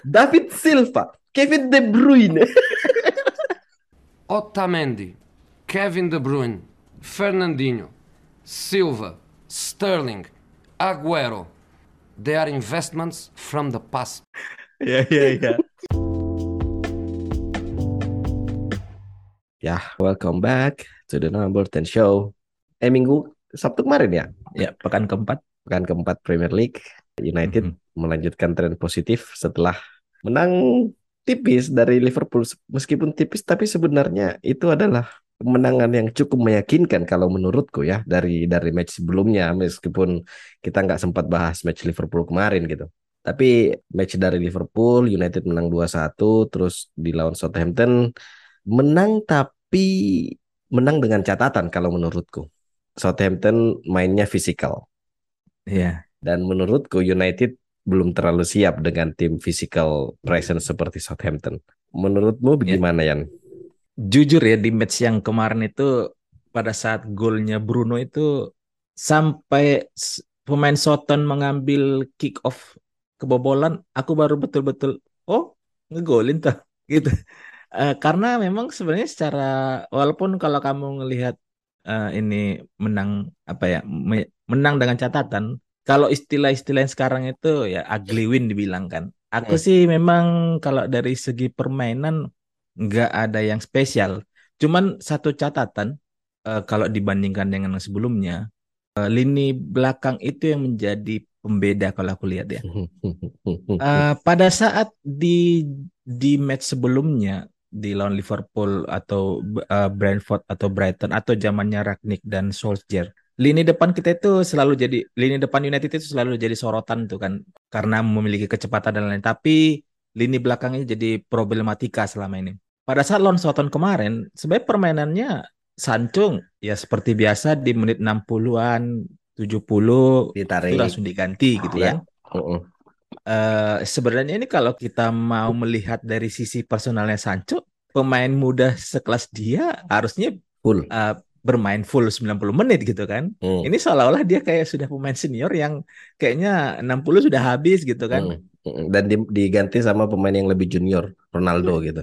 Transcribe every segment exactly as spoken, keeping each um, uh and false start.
David Silva, Kevin De Bruyne. Otamendi, Kevin De Bruyne, Fernandinho, Silva, Sterling, Agüero. They are investments from the past. Ya, ya, ya. Ya, welcome back to the Number ten Show. Eh, minggu Sabtu kemarin ya? Ya, pekan keempat. Pekan keempat Premier League. United Mhm. melanjutkan tren positif setelah menang tipis dari Liverpool. Meskipun tipis, tapi sebenarnya itu adalah kemenangan yang cukup meyakinkan kalau menurutku ya. Dari dari match sebelumnya, meskipun kita nggak sempat bahas match Liverpool kemarin gitu. Tapi match dari Liverpool, United menang dua satu, terus di lawan Southampton menang tapi menang dengan catatan kalau menurutku. Southampton mainnya fisikal. Iya. Dan menurutku United belum terlalu siap dengan tim physical presence seperti Southampton. Menurutmu Ya. bagaimana, Yan? Jujur ya, di match yang kemarin itu pada saat golnya Bruno itu sampai s- pemain Soton mengambil kick off kebobolan, aku baru betul-betul oh ngegolin tuh gitu. Eh, karena memang sebenarnya secara walaupun kalau kamu ngelihat eh, ini menang apa ya me- menang dengan catatan, kalau istilah-istilah yang sekarang itu ya ugly win dibilang kan. Aku Hmm. sih memang kalau dari segi permainan nggak ada yang spesial. Cuman satu catatan eh, kalau dibandingkan dengan yang sebelumnya, eh, lini belakang itu yang menjadi pembeda kalau aku lihat ya. Eh, pada saat di di match sebelumnya di lawan Liverpool atau eh, Brentford atau Brighton atau zamannya Rangnick dan Solskjaer, lini depan kita itu selalu jadi lini depan United itu selalu jadi sorotan tuh kan karena memiliki kecepatan dan lain. Tapi lini belakangnya jadi problematika selama ini. Pada saat lawan Southampton kemarin, sebenarnya permainannya Sancho ya seperti biasa di menit enam puluhan, tujuh puluh itu Ditarik. langsung diganti gitu Ya. kan. Uh-uh. Eh, sebenarnya ini kalau kita mau melihat dari sisi personalnya Sancho, pemain muda sekelas dia harusnya Full. eh, bermain full sembilan puluh menit gitu kan. Hmm. Ini seolah-olah dia kayak sudah pemain senior yang kayaknya enam puluh sudah habis gitu kan. Hmm. Hmm. Dan di- diganti sama pemain yang lebih junior, Ronaldo gitu.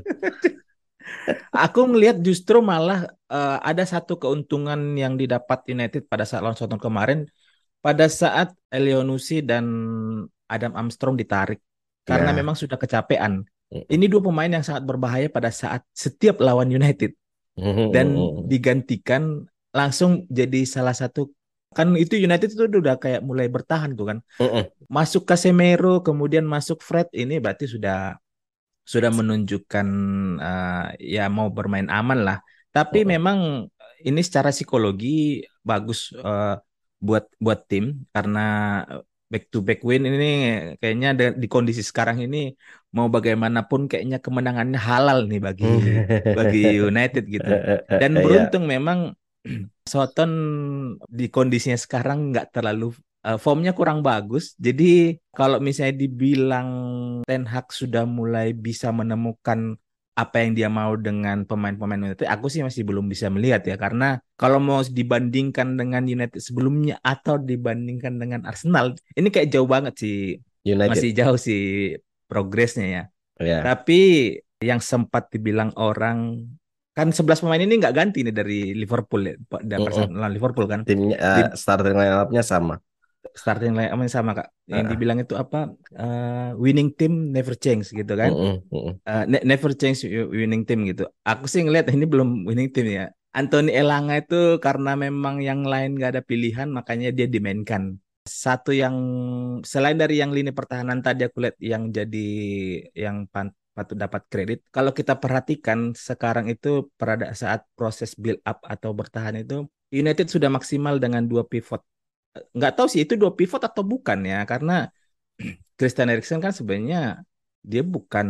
Aku melihat justru malah eh, ada satu keuntungan yang didapat United pada saat lawan Southampton kemarin, pada saat Elionussi dan Adam Armstrong ditarik karena Ya. memang sudah kecapean. Hmm. Ini dua pemain yang sangat berbahaya pada saat setiap lawan United dan Hmm. digantikan langsung jadi salah satu kan itu United itu udah kayak mulai bertahan tuh kan. Hmm. Masuk Casemiro kemudian masuk Fred ini berarti sudah sudah menunjukkan uh, ya mau bermain aman lah. Tapi Hmm. memang ini secara psikologi bagus uh, buat buat tim karena back to back win ini kayaknya de- di kondisi sekarang ini mau bagaimanapun kayaknya kemenangannya halal nih bagi bagi United gitu. Dan Ya. beruntung memang Soton di kondisinya sekarang nggak terlalu uh, formnya kurang bagus. Jadi kalau misalnya dibilang Ten Hag sudah mulai bisa menemukan apa yang dia mau dengan pemain-pemain United, aku sih masih belum bisa melihat ya. Karena kalau mau dibandingkan dengan United sebelumnya atau dibandingkan dengan Arsenal, ini kayak jauh banget sih. Masih United. jauh sih progresnya ya. Ya. Tapi yang sempat dibilang orang kan sebelas pemain ini nggak ganti nih dari Liverpool ya, dapat Hmm. lawan Liverpool kan. Timnya Di uh, starting line up-nya sama. starting line up sama Kak. Yang Uh-uh. dibilang itu apa? eh, winning team never change gitu kan. Hmm. Hmm. Eh, ne- never change winning team gitu. Aku sih ngelihat ini belum winning team ya. Anthony Elanga itu karena memang yang lain nggak ada pilihan makanya dia dimainkan. Satu yang selain dari yang lini pertahanan tadi aku lihat yang jadi yang pan- patut dapat kredit. Kalau kita perhatikan sekarang itu pada saat proses build up atau bertahan itu United sudah maksimal dengan dua pivot. Nggak tahu sih itu dua pivot atau bukan ya karena Christian Eriksen kan sebenarnya dia bukan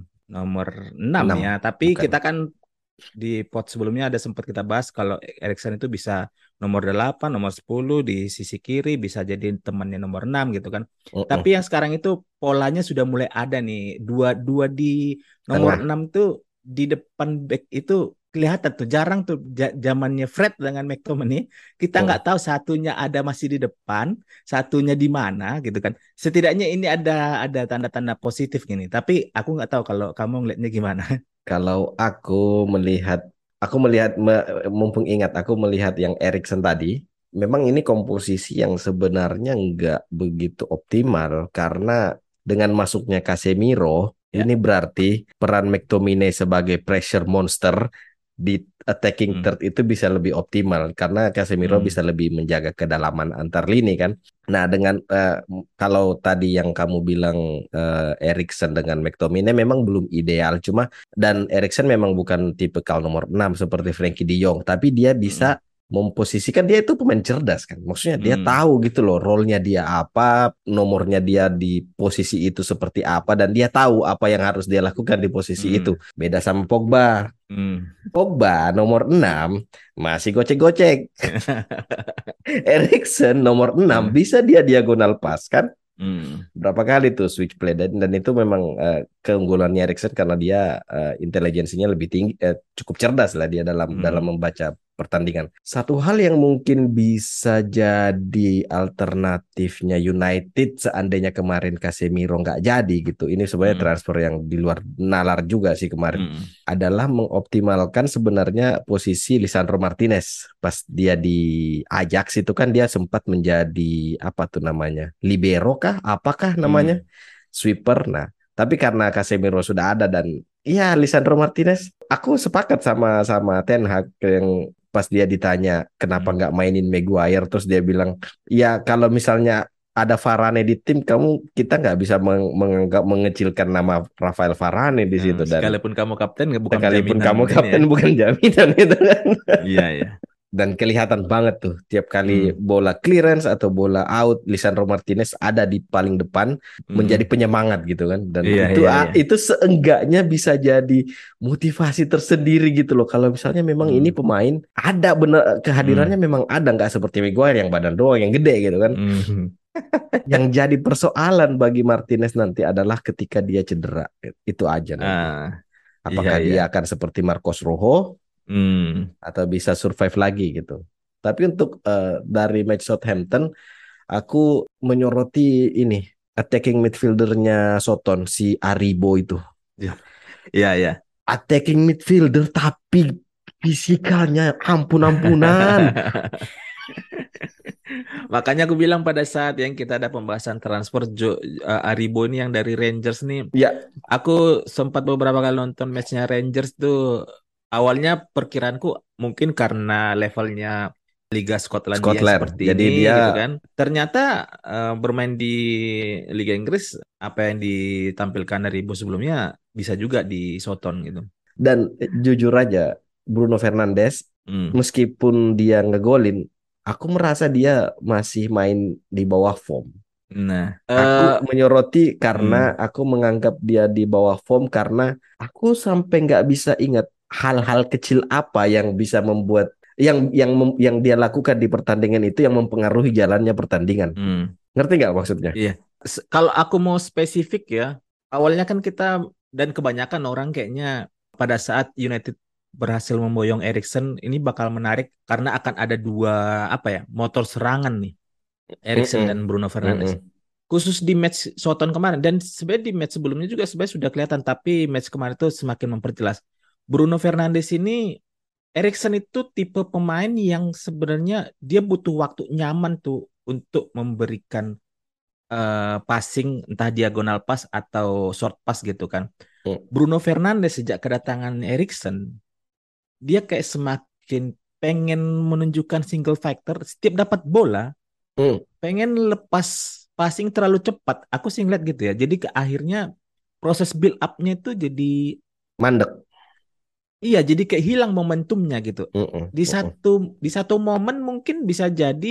nomor enam Enam. ya, tapi Bukan. kita kan di pot sebelumnya ada sempat kita bahas kalau Eriksen itu bisa nomor delapan, nomor sepuluh di sisi kiri bisa jadi temannya nomor enam gitu kan. Hmm. Tapi yang sekarang itu polanya sudah mulai ada nih. Dua dua di nomor Tengah. enam tuh di depan back itu kelihatan tuh jarang tuh ja- zamannya Fred dengan McTominay kita Hmm. nggak tahu satunya ada masih di depan, satunya di mana gitu kan. Setidaknya ini ada ada tanda-tanda positif gini. Tapi aku nggak tahu kalau kamu ngeliatnya gimana. Kalau aku melihat, aku melihat me- mumpung ingat aku melihat yang Erikson tadi, memang ini komposisi yang sebenarnya nggak begitu optimal karena dengan masuknya Casemiro, Ya. ini berarti peran McTominay sebagai pressure monster di attacking Hmm. third itu bisa lebih optimal karena Casemiro Hmm. bisa lebih menjaga kedalaman antar lini kan. Nah, dengan eh, kalau tadi yang kamu bilang eh, Erikson dengan McTominay memang belum ideal, cuma dan Erikson memang bukan tipe kal nomor enam seperti Frankie De Jong, tapi dia Hmm. bisa memposisikan dia itu pemain cerdas kan. Maksudnya dia Hmm. tahu gitu loh role-nya dia apa, nomornya dia di posisi itu seperti apa dan dia tahu apa yang harus dia lakukan di posisi itu. Hmm. Beda sama Pogba. Hmm. Pogba nomor enam masih gocek-gocek. Erikson nomor enam Hmm. bisa dia diagonal pas kan? Hmm. Berapa kali tuh switch play dan, dan itu memang eh, keunggulannya Erikson karena dia eh, intelijensinya lebih tinggi, eh, cukup cerdas lah dia dalam dalam Hmm. membaca pertandingan. Satu hal yang mungkin bisa jadi alternatifnya United seandainya kemarin Casemiro nggak jadi gitu, ini sebenarnya Hmm. transfer yang di luar nalar juga sih kemarin, Hmm. adalah mengoptimalkan sebenarnya posisi Lisandro Martinez pas dia di Ajax itu kan dia sempat menjadi apa tuh namanya libero kah apakah namanya Hmm. sweeper. Nah tapi karena Casemiro sudah ada dan iya Lisandro Martinez, aku sepakat sama sama Ten Hag yang pas dia ditanya kenapa Hmm. nggak mainin Maguire terus dia bilang ya kalau misalnya ada Varane di tim kamu kita nggak bisa meng- menganggap mengecilkan nama Rafael Varane di Hmm. situ dan Sekalipun kamu kapten nggak bukan sekalipun jaminan kamu ini ya. kapten bukan jaminan itu kan. Iya ya. Dan kelihatan banget tuh tiap kali Hmm. bola clearance atau bola out Lisandro Martinez ada di paling depan menjadi Hmm. penyemangat gitu kan dan Iya itu iya ah, iya. itu seenggaknya bisa jadi motivasi tersendiri gitu loh kalau misalnya memang ini Hmm. pemain ada bener kehadirannya Hmm. memang ada nggak seperti Maguire yang badan doang yang gede gitu kan. Hmm. Yang jadi persoalan bagi Martinez nanti adalah ketika dia cedera itu aja nanti Ah, iya apakah iya. dia akan seperti Marcos Rojo Hmm. atau bisa survive lagi gitu. Tapi untuk eh, dari match Southampton, aku menyoroti ini attacking midfieldernya Soton si Aribo itu. Iya iya. Iya. Attacking midfielder tapi fisikalnya ampun-ampunan. Makanya aku bilang pada saat yang kita ada pembahasan transfer Jo, eh, Aribo ini yang dari Rangers nih, Ya, aku sempat beberapa kali nonton matchnya Rangers tuh. Awalnya perkiraanku mungkin karena levelnya Liga Skotlandia Scotland. seperti Jadi ini gitu dia kan. Ternyata eh, bermain di Liga Inggris apa yang ditampilkan dari Aribo sebelumnya bisa juga di Soton gitu. dan eh, jujur aja Bruno Fernandes Hmm. meskipun dia ngegolin, aku merasa dia masih main di bawah form. Nah, Aku eh menyoroti karena hmm, aku menganggap dia di bawah form karena aku sampai nggak bisa ingat hal-hal kecil apa yang bisa membuat yang yang mem- yang dia lakukan di pertandingan itu yang mempengaruhi jalannya pertandingan. hmm. Ngerti nggak maksudnya? Iya, S- kalau aku mau spesifik ya, awalnya kan kita dan kebanyakan orang kayaknya pada saat United berhasil memboyong Erikson ini bakal menarik karena akan ada dua apa ya motor serangan nih, Erikson dan Mm-mm. Bruno Fernandes. Mm-mm. Khusus di match Soton kemarin dan sebenarnya di match sebelumnya juga sebenarnya sudah kelihatan, tapi match kemarin itu semakin memperjelas. Bruno Fernandes ini Erikson itu tipe pemain yang sebenarnya dia butuh waktu nyaman tuh untuk memberikan eh, passing entah diagonal pass atau short pass gitu kan. Mm. Bruno Fernandes sejak kedatangan Erikson, dia kayak semakin pengen menunjukkan single factor setiap dapat bola, Mm. pengen lepas passing terlalu cepat. Aku sih ngeliat gitu ya. Jadi ke akhirnya proses build up-nya itu jadi Mandek. iya, jadi kayak hilang momentumnya gitu. Mm-mm. Di Mm-mm. satu di satu momen mungkin bisa jadi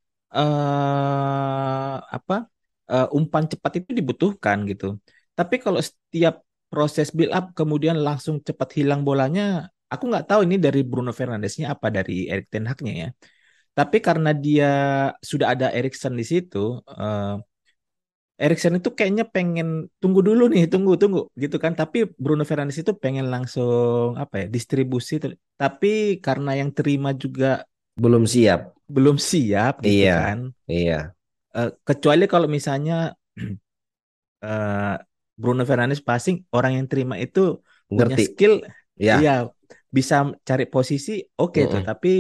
eh apa eh, umpan cepat itu dibutuhkan gitu. Tapi kalau setiap proses build up kemudian langsung cepat hilang bolanya, aku nggak tahu ini dari Bruno Fernandesnya apa dari Erik ten Hag-nya ya. Tapi karena dia sudah ada Erikson di situ, eh, Eriksen itu kayaknya pengen tunggu dulu nih, tunggu tunggu gitu kan. Tapi Bruno Fernandes itu pengen langsung apa ya distribusi. ter- Tapi karena yang terima juga Belum siap. belum siap gitu Iya, kan. iya, Eh, kecuali kalau misalnya eh, Bruno Fernandes passing, orang yang terima itu punya ngerti. skill, iya Ya, bisa cari posisi, oke tuh. mm-mm, Tapi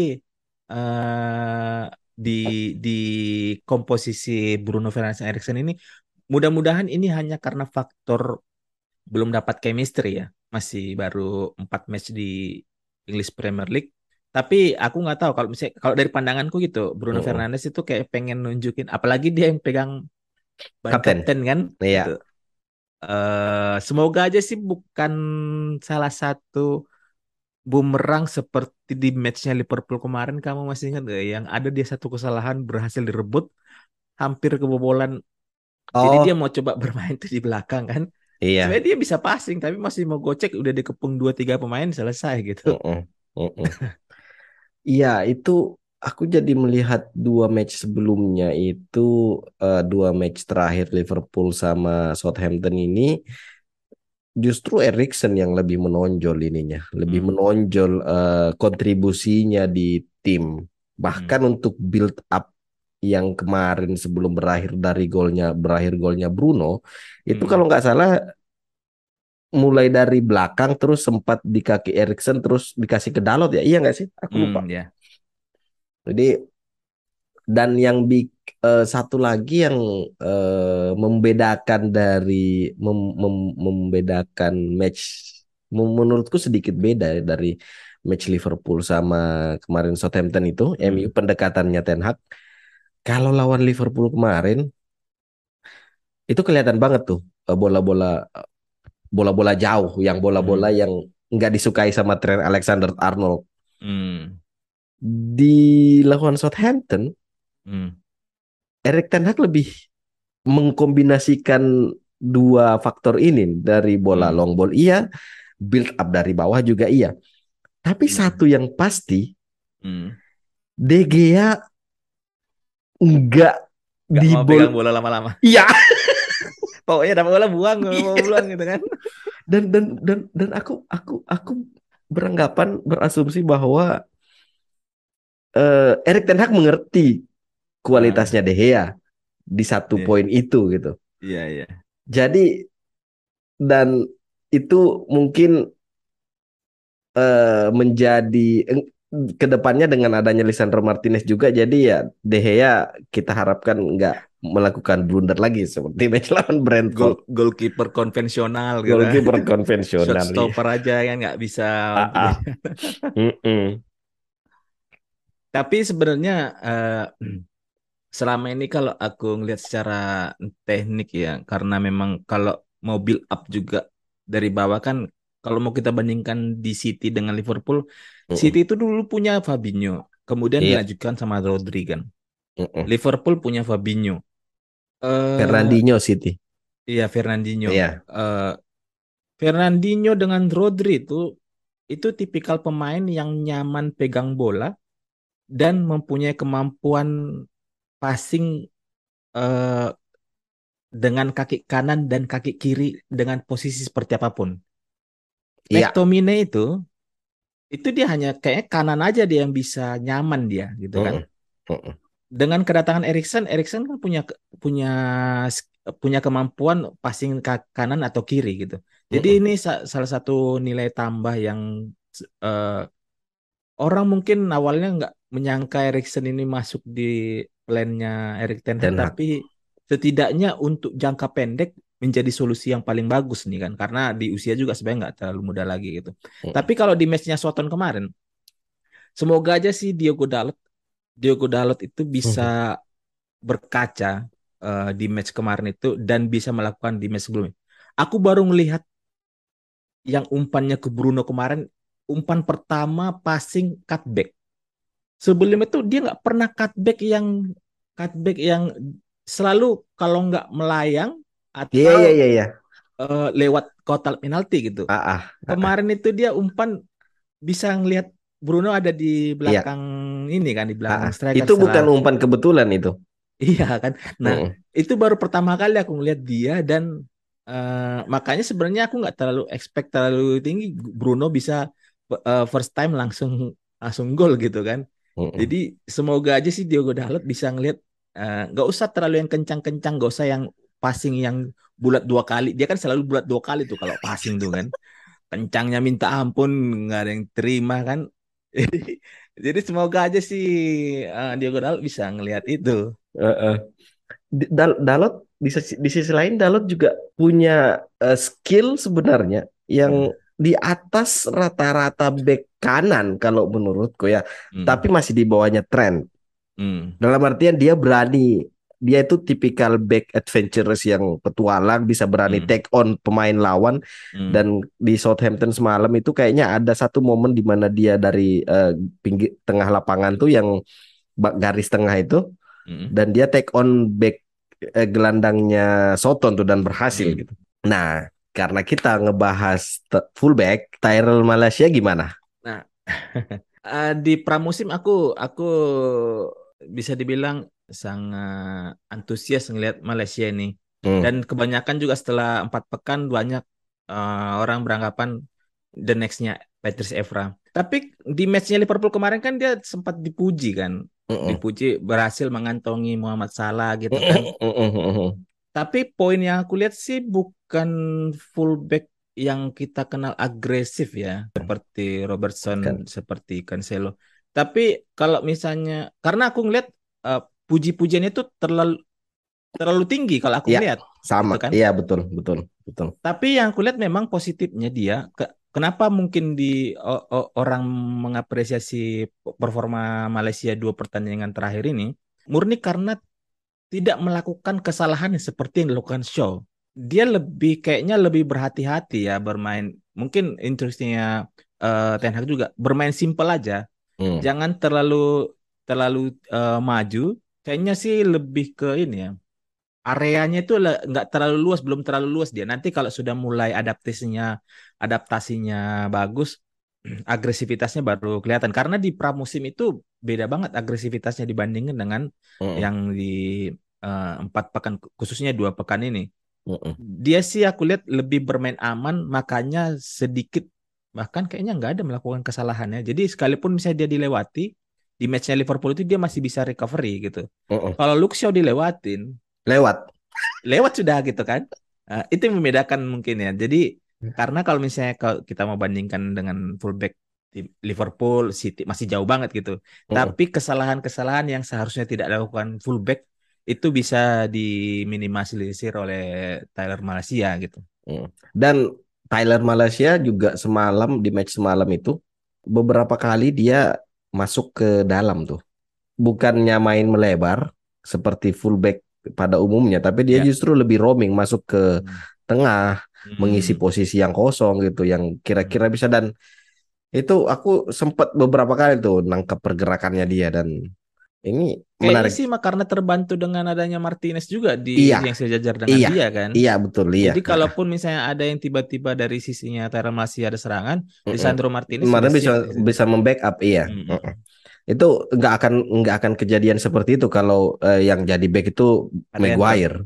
eh, di di komposisi Bruno Fernandes dan Eriksen ini, mudah-mudahan ini hanya karena faktor belum dapat chemistry ya. Masih baru empat match di English Premier League. Tapi aku nggak tahu kalau misalnya kalau dari pandanganku gitu, Bruno mm-mm. Fernandes itu kayak pengen nunjukin, apalagi dia yang pegang ban Kapten. kapten kan, gitu. Iya, Eh, semoga aja sih bukan salah satu bumerang seperti di matchnya Liverpool kemarin. Kamu masih ingat gak yang ada dia satu kesalahan berhasil direbut, hampir kebobolan. Jadi dia oh mau coba bermain tuh di belakang kan. iya. Sebenarnya dia bisa passing tapi masih mau gocek, udah dikepung dua tiga pemain selesai gitu. Mm-mm, mm-mm. Iya, itu aku jadi melihat dua match sebelumnya itu eh, dua match terakhir Liverpool sama Southampton ini justru Eriksen yang lebih menonjol ininya, lebih Hmm, menonjol eh, kontribusinya di tim. hmm, Bahkan untuk build up yang kemarin sebelum berakhir dari golnya berakhir golnya Bruno itu hmm, kalau nggak salah mulai dari belakang terus sempat di kaki Eriksen terus dikasih ke Dalot ya iya nggak sih aku lupa hmm, ya. jadi dan yang big eh, satu lagi yang eh, membedakan dari mem- mem- membedakan match mem- menurutku sedikit beda ya dari match Liverpool sama kemarin Southampton itu M U Hmm, pendekatannya Ten Hag kalau lawan Liverpool kemarin itu kelihatan banget tuh eh, bola-bola bola-bola jauh yang bola-bola hmm, yang nggak disukai sama Trent Alexander-Arnold hmm, di lawan Southampton hmm, Erik Ten Hag lebih mengkombinasikan dua faktor ini dari bola hmm, long ball iya, build up dari bawah juga iya. Tapi hmm, satu yang pasti, hmm. De Gea nggak Gak di mau ball. pegang bola lama-lama. Iya. Pokoknya dapat bola buang, mau buang gitu kan. Dan dan dan dan aku aku aku beranggapan berasumsi bahwa eh, Erik Ten Hag mengerti Ah, kualitasnya De Gea di satu iya, poin itu gitu. iya, iya. Jadi dan itu mungkin eh, menjadi eng- kedepannya dengan adanya Lisandro Martinez juga jadi ya De Gea kita harapkan nggak melakukan blunder lagi seperti match lawan Gol Brentford goalkeeper konvensional gitu. goalkeeper Shot konvensional ya. stopper aja kan nggak bisa Ah, untuk ah. Mm-mm. tapi sebenarnya eh, selama ini kalau aku ngelihat secara teknik ya, karena memang kalau mau build up juga dari bawah kan, kalau mau kita bandingkan di City dengan Liverpool, Mm-mm. City itu dulu punya Fabinho, kemudian Iya. dilanjutkan sama Rodri kan. Mm-mm. Liverpool punya Fabinho. Eh, Fernandinho City. iya Fernandinho. Iya. Eh, Fernandinho dengan Rodri itu itu tipikal pemain yang nyaman pegang bola dan mempunyai kemampuan passing eh, dengan kaki kanan dan kaki kiri dengan posisi seperti apapun. Iya. McTominay itu itu dia hanya kayaknya kanan aja dia yang bisa nyaman dia gitu kan. Mm-mm. Mm-mm. Dengan kedatangan Erikson, Erikson kan punya punya punya kemampuan passing ke kanan atau kiri gitu. Jadi Mm-mm. ini sa- salah satu nilai tambah yang eh, orang mungkin awalnya nggak menyangka Erikson ini masuk di plannya Erik Ten Hag, Ten Hag. tapi setidaknya untuk jangka pendek menjadi solusi yang paling bagus nih kan, karena di usia juga sebenarnya nggak terlalu muda lagi gitu. Mm-mm. Tapi kalau di matchnya Soton kemarin, semoga aja sih Diogo Dalot, Diogo Dalot itu bisa berkaca eh, di match kemarin itu dan bisa melakukan di match sebelumnya. Aku baru melihat yang umpannya ke Bruno kemarin, umpan pertama passing cutback. Sebelum itu dia nggak pernah cutback yang cutback yang selalu kalau nggak melayang Iya atau iya iya iya. eh, lewat kotak penalti gitu. Ah ah. Ah, ah. Kemarin itu dia umpan bisa ngelihat Bruno ada di Iya. belakang ini kan, di Ah, belakang ah. striker Itu setelah bukan umpan kebetulan itu. Iya kan. Nah, Mm-mm. itu baru pertama kali aku ngeliat dia dan eh, makanya sebenarnya aku nggak terlalu expect terlalu tinggi Bruno bisa eh, first time langsung langsung gol gitu kan. Jadi Mm-mm. semoga aja sih Diogo Dalot bisa ngeliat eh, nggak usah terlalu yang kencang-kencang, nggak usah yang passing yang bulat dua kali. Dia kan selalu bulat dua kali tuh kalau passing tuh kan. Kencangnya minta ampun, nggak ada yang terima kan. Jadi, jadi semoga aja sih eh, Diogo Dalot bisa ngelihat itu. Uh-uh. Di- Dal- Dalot di sisi, di sisi lain Dalot juga punya eh, skill sebenarnya yang Hmm. di atas rata-rata bek kanan kalau menurutku ya, Hmm. tapi masih di bawahnya Trent. Hmm. Dalam artian dia berani, dia itu tipikal back adventurous yang petualang, bisa berani Hmm. take on pemain lawan. Hmm. Dan di Southampton semalam itu kayaknya ada satu momen di mana dia dari eh, pinggir tengah lapangan tuh yang ba- garis tengah itu, Hmm. dan dia take on back eh, gelandangnya Soton tuh dan berhasil Hmm. gitu. Nah, karena kita ngebahas te- fullback, Tyrell Malaysia gimana? Nah, eh, di pramusim aku aku bisa dibilang sangat antusias ngelihat Malaysia ini. Hmm. Dan kebanyakan juga setelah empat pekan banyak eh, orang beranggapan the next-nya Patrice Evra. Tapi di matchnya Liverpool kemarin kan dia sempat dipuji kan. Mm-mm. Dipuji berhasil mengantongi Muhammad Salah gitu kan. Mm-mm. Tapi poin yang aku lihat sih bukan fullback yang kita kenal agresif ya, seperti Robertson, Kan. seperti Cancelo. Tapi kalau misalnya, karena aku ngeliat eh, puji-pujiannya itu terlalu terlalu tinggi kalau aku Ya, ngeliat, sama. gitu kan. Iya, betul, betul, betul. Tapi yang aku lihat memang positifnya dia, ke- kenapa mungkin di o- o- orang mengapresiasi performa Malaysia dua pertandingan terakhir ini, murni karena tidak melakukan kesalahan yang seperti yang dilakukan Shaw. Dia lebih kayaknya lebih berhati-hati ya bermain. Mungkin instruksinya eh, Ten Hag juga bermain simple aja. Hmm. Jangan terlalu terlalu eh, maju. Kayaknya sih lebih ke ini ya. Areanya itu le- nggak terlalu luas, belum terlalu luas dia. Nanti kalau sudah mulai adaptasinya adaptasinya bagus, agresivitasnya baru kelihatan. Karena di pramusim itu beda banget agresivitasnya dibandingkan dengan Hmm. yang di eh, empat pekan, khususnya dua pekan ini. Hmm. Dia sih aku lihat lebih bermain aman, makanya sedikit bahkan kayaknya nggak ada melakukan kesalahannya. Jadi sekalipun misalnya dia dilewati di matchnya Liverpool itu dia masih bisa recovery gitu. Hmm. Kalau Luke Shaw dilewatin, Lewat. lewat sudah gitu kan. Eh, itu yang membedakan mungkin ya. Jadi karena kalau misalnya kalau kita mau bandingkan dengan fullback di Liverpool, City masih jauh banget gitu. Hmm. Tapi kesalahan-kesalahan yang seharusnya tidak dilakukan fullback itu bisa diminimalisir oleh Tyler Malaysia gitu. Hmm. Dan Tyler Malaysia juga semalam di match semalam itu beberapa kali dia masuk ke dalam tuh. Bukannya main melebar seperti fullback pada umumnya, tapi dia Ya. justru lebih roaming masuk ke Hmm. tengah, mengisi Hmm. posisi yang kosong gitu, yang Hmm. kira-kira bisa. Dan itu aku sempat beberapa kali tuh nangkep pergerakannya dia, dan ini Kayaknya menarik. sih mah karena terbantu dengan adanya Martinez juga di Iya, yang sejajar dengan iya, dia kan. iya betul, iya. Jadi kalaupun misalnya ada yang tiba-tiba dari sisinya Tyrell masih ada serangan, Mm-mm. Lisandro Martinez Mana sudah bisa siap di situ. bisa membackup, iya. Mm-mm. Mm-mm. Itu nggak akan nggak akan kejadian seperti itu kalau eh, yang jadi back itu Haryanto. Maguire.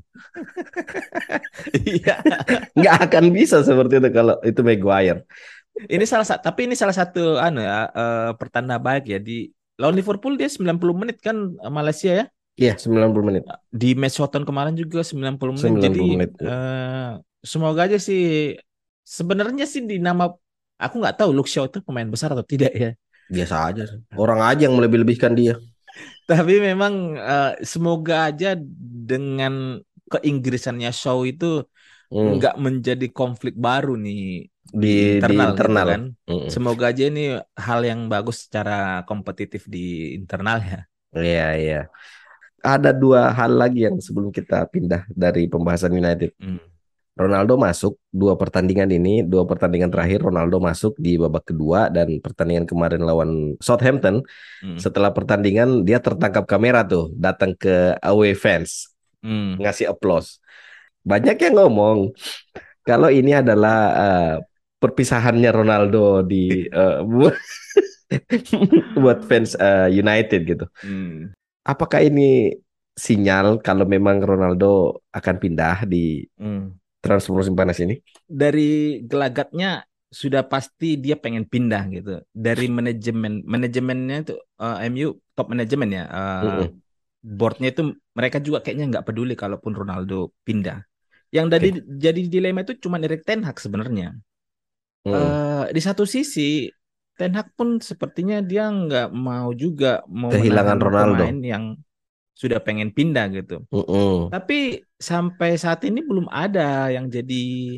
Iya. Nggak akan bisa seperti itu kalau itu Maguire. Ini salah satu, tapi ini salah satu anu ya eh, pertanda baik ya di lawan Liverpool dia sembilan puluh menit kan eh, Malaysia ya. Iya, sembilan puluh menit. Di match Soton kemarin juga sembilan puluh menit. sembilan Jadi puluh menit. eh, semoga aja sih sebenarnya sih di nama aku nggak tahu Luke Shaw itu pemain besar atau tidak ya. Biasa aja sih. Orang aja yang melebih-lebihkan dia. Tapi memang eh, semoga aja dengan keinggrisannya Shaw itu Hmm. nggak menjadi konflik baru nih Di di di internal gitu internal. kan. Hmm. Semoga aja ini hal yang bagus secara kompetitif di internal ya. Iya, iya. Ada dua hal lagi yang sebelum kita pindah dari pembahasan United. Hmm. Ronaldo masuk dua pertandingan ini, dua pertandingan Hmm. terakhir Ronaldo masuk di babak kedua, dan pertandingan kemarin lawan Southampton. Hmm. Setelah pertandingan dia tertangkap kamera tuh, datang ke away fans, Hmm. ngasih applause. Banyak yang ngomong kalau ini adalah eh, perpisahannya Ronaldo di eh, buat buat fans eh, United gitu. Hmm. Apakah ini sinyal kalau memang Ronaldo akan pindah di Hmm. transfer musim panas ini? Dari gelagatnya sudah pasti dia pengen pindah gitu. Dari manajemen, manajemennya itu eh, M U top manajemen ya. eh, Mm-mm. boardnya itu mereka juga kayaknya nggak peduli kalaupun Ronaldo pindah. Yang jadi Oke. jadi dilema itu cuma Erik ten Hag sebenarnya. Mm-mm. Eh, di satu sisi Ten Hag pun sepertinya dia nggak mau juga mau menahan Kehilangan Ronaldo. pemain yang sudah pengen pindah gitu. Mm-mm. Tapi sampai saat ini belum ada yang jadi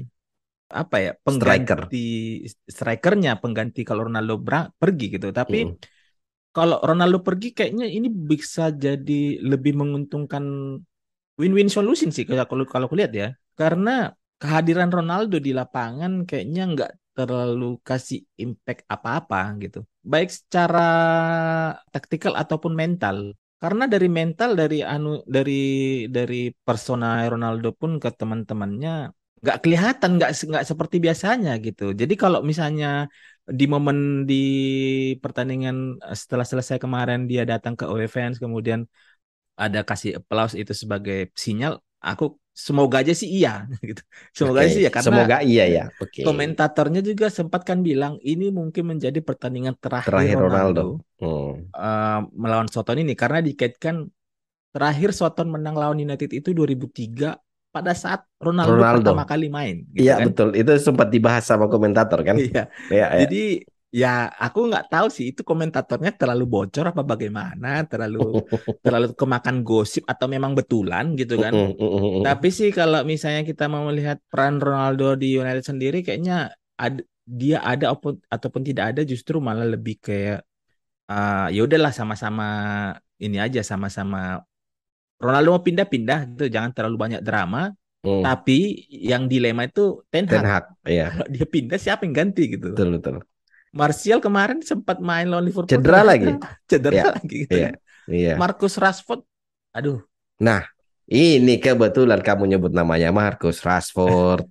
apa ya Striker. pengganti strikernya, pengganti kalau Ronaldo berang- pergi gitu. Tapi Mm-mm. kalau Ronaldo pergi kayaknya ini bisa jadi lebih menguntungkan win-win solution sih kalau kalau kalau aku lihat ya. Karena kehadiran Ronaldo di lapangan kayaknya nggak terlalu kasih impact apa-apa gitu. Baik secara taktikal ataupun mental. Karena dari mental dari anu dari dari persona Ronaldo pun ke teman-temannya nggak kelihatan nggak se- nggak seperti biasanya gitu. Jadi kalau misalnya di momen di pertandingan eh, setelah selesai kemarin dia datang ke away fans kemudian ada kasih applause itu sebagai sinyal, aku semoga aja sih iya gitu. Semoga Oke, aja sih ya karena semoga iya ya. Oke, komentatornya juga sempat kan bilang ini mungkin menjadi pertandingan terakhir terakhir Ronaldo Ronaldo. Hmm. eh, melawan Soton ini karena dikaitkan terakhir Soton menang lawan United itu dua ribu tiga pada saat Ronaldo Ronaldo. pertama kali main gitu Iya kan. betul, itu sempat dibahas sama komentator kan? Iya. Iya, ya. Jadi ya aku nggak tahu sih itu komentatornya terlalu bocor apa bagaimana, terlalu terlalu kemakan gosip atau memang betulan gitu kan. Tapi sih kalau misalnya kita mau melihat peran Ronaldo di United sendiri kayaknya ad- dia ada oppo- ataupun tidak ada justru malah lebih kayak ah, ya udahlah sama-sama ini aja sama-sama Ronaldo mau pindah-pindah itu jangan terlalu banyak drama. Hmm, Tapi yang dilema itu Ten Ten Hag. Hag, iya, Kalau dia pindah siapa yang ganti gitu. betul betul. Martial kemarin sempat main lawan Liverpool Cedera ternyata lagi. cedera Iya, lagi gitu iya, kan. iya. Marcus Rashford, aduh. Nah, ini kebetulan kamu nyebut namanya Marcus Rashford.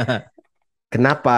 Kenapa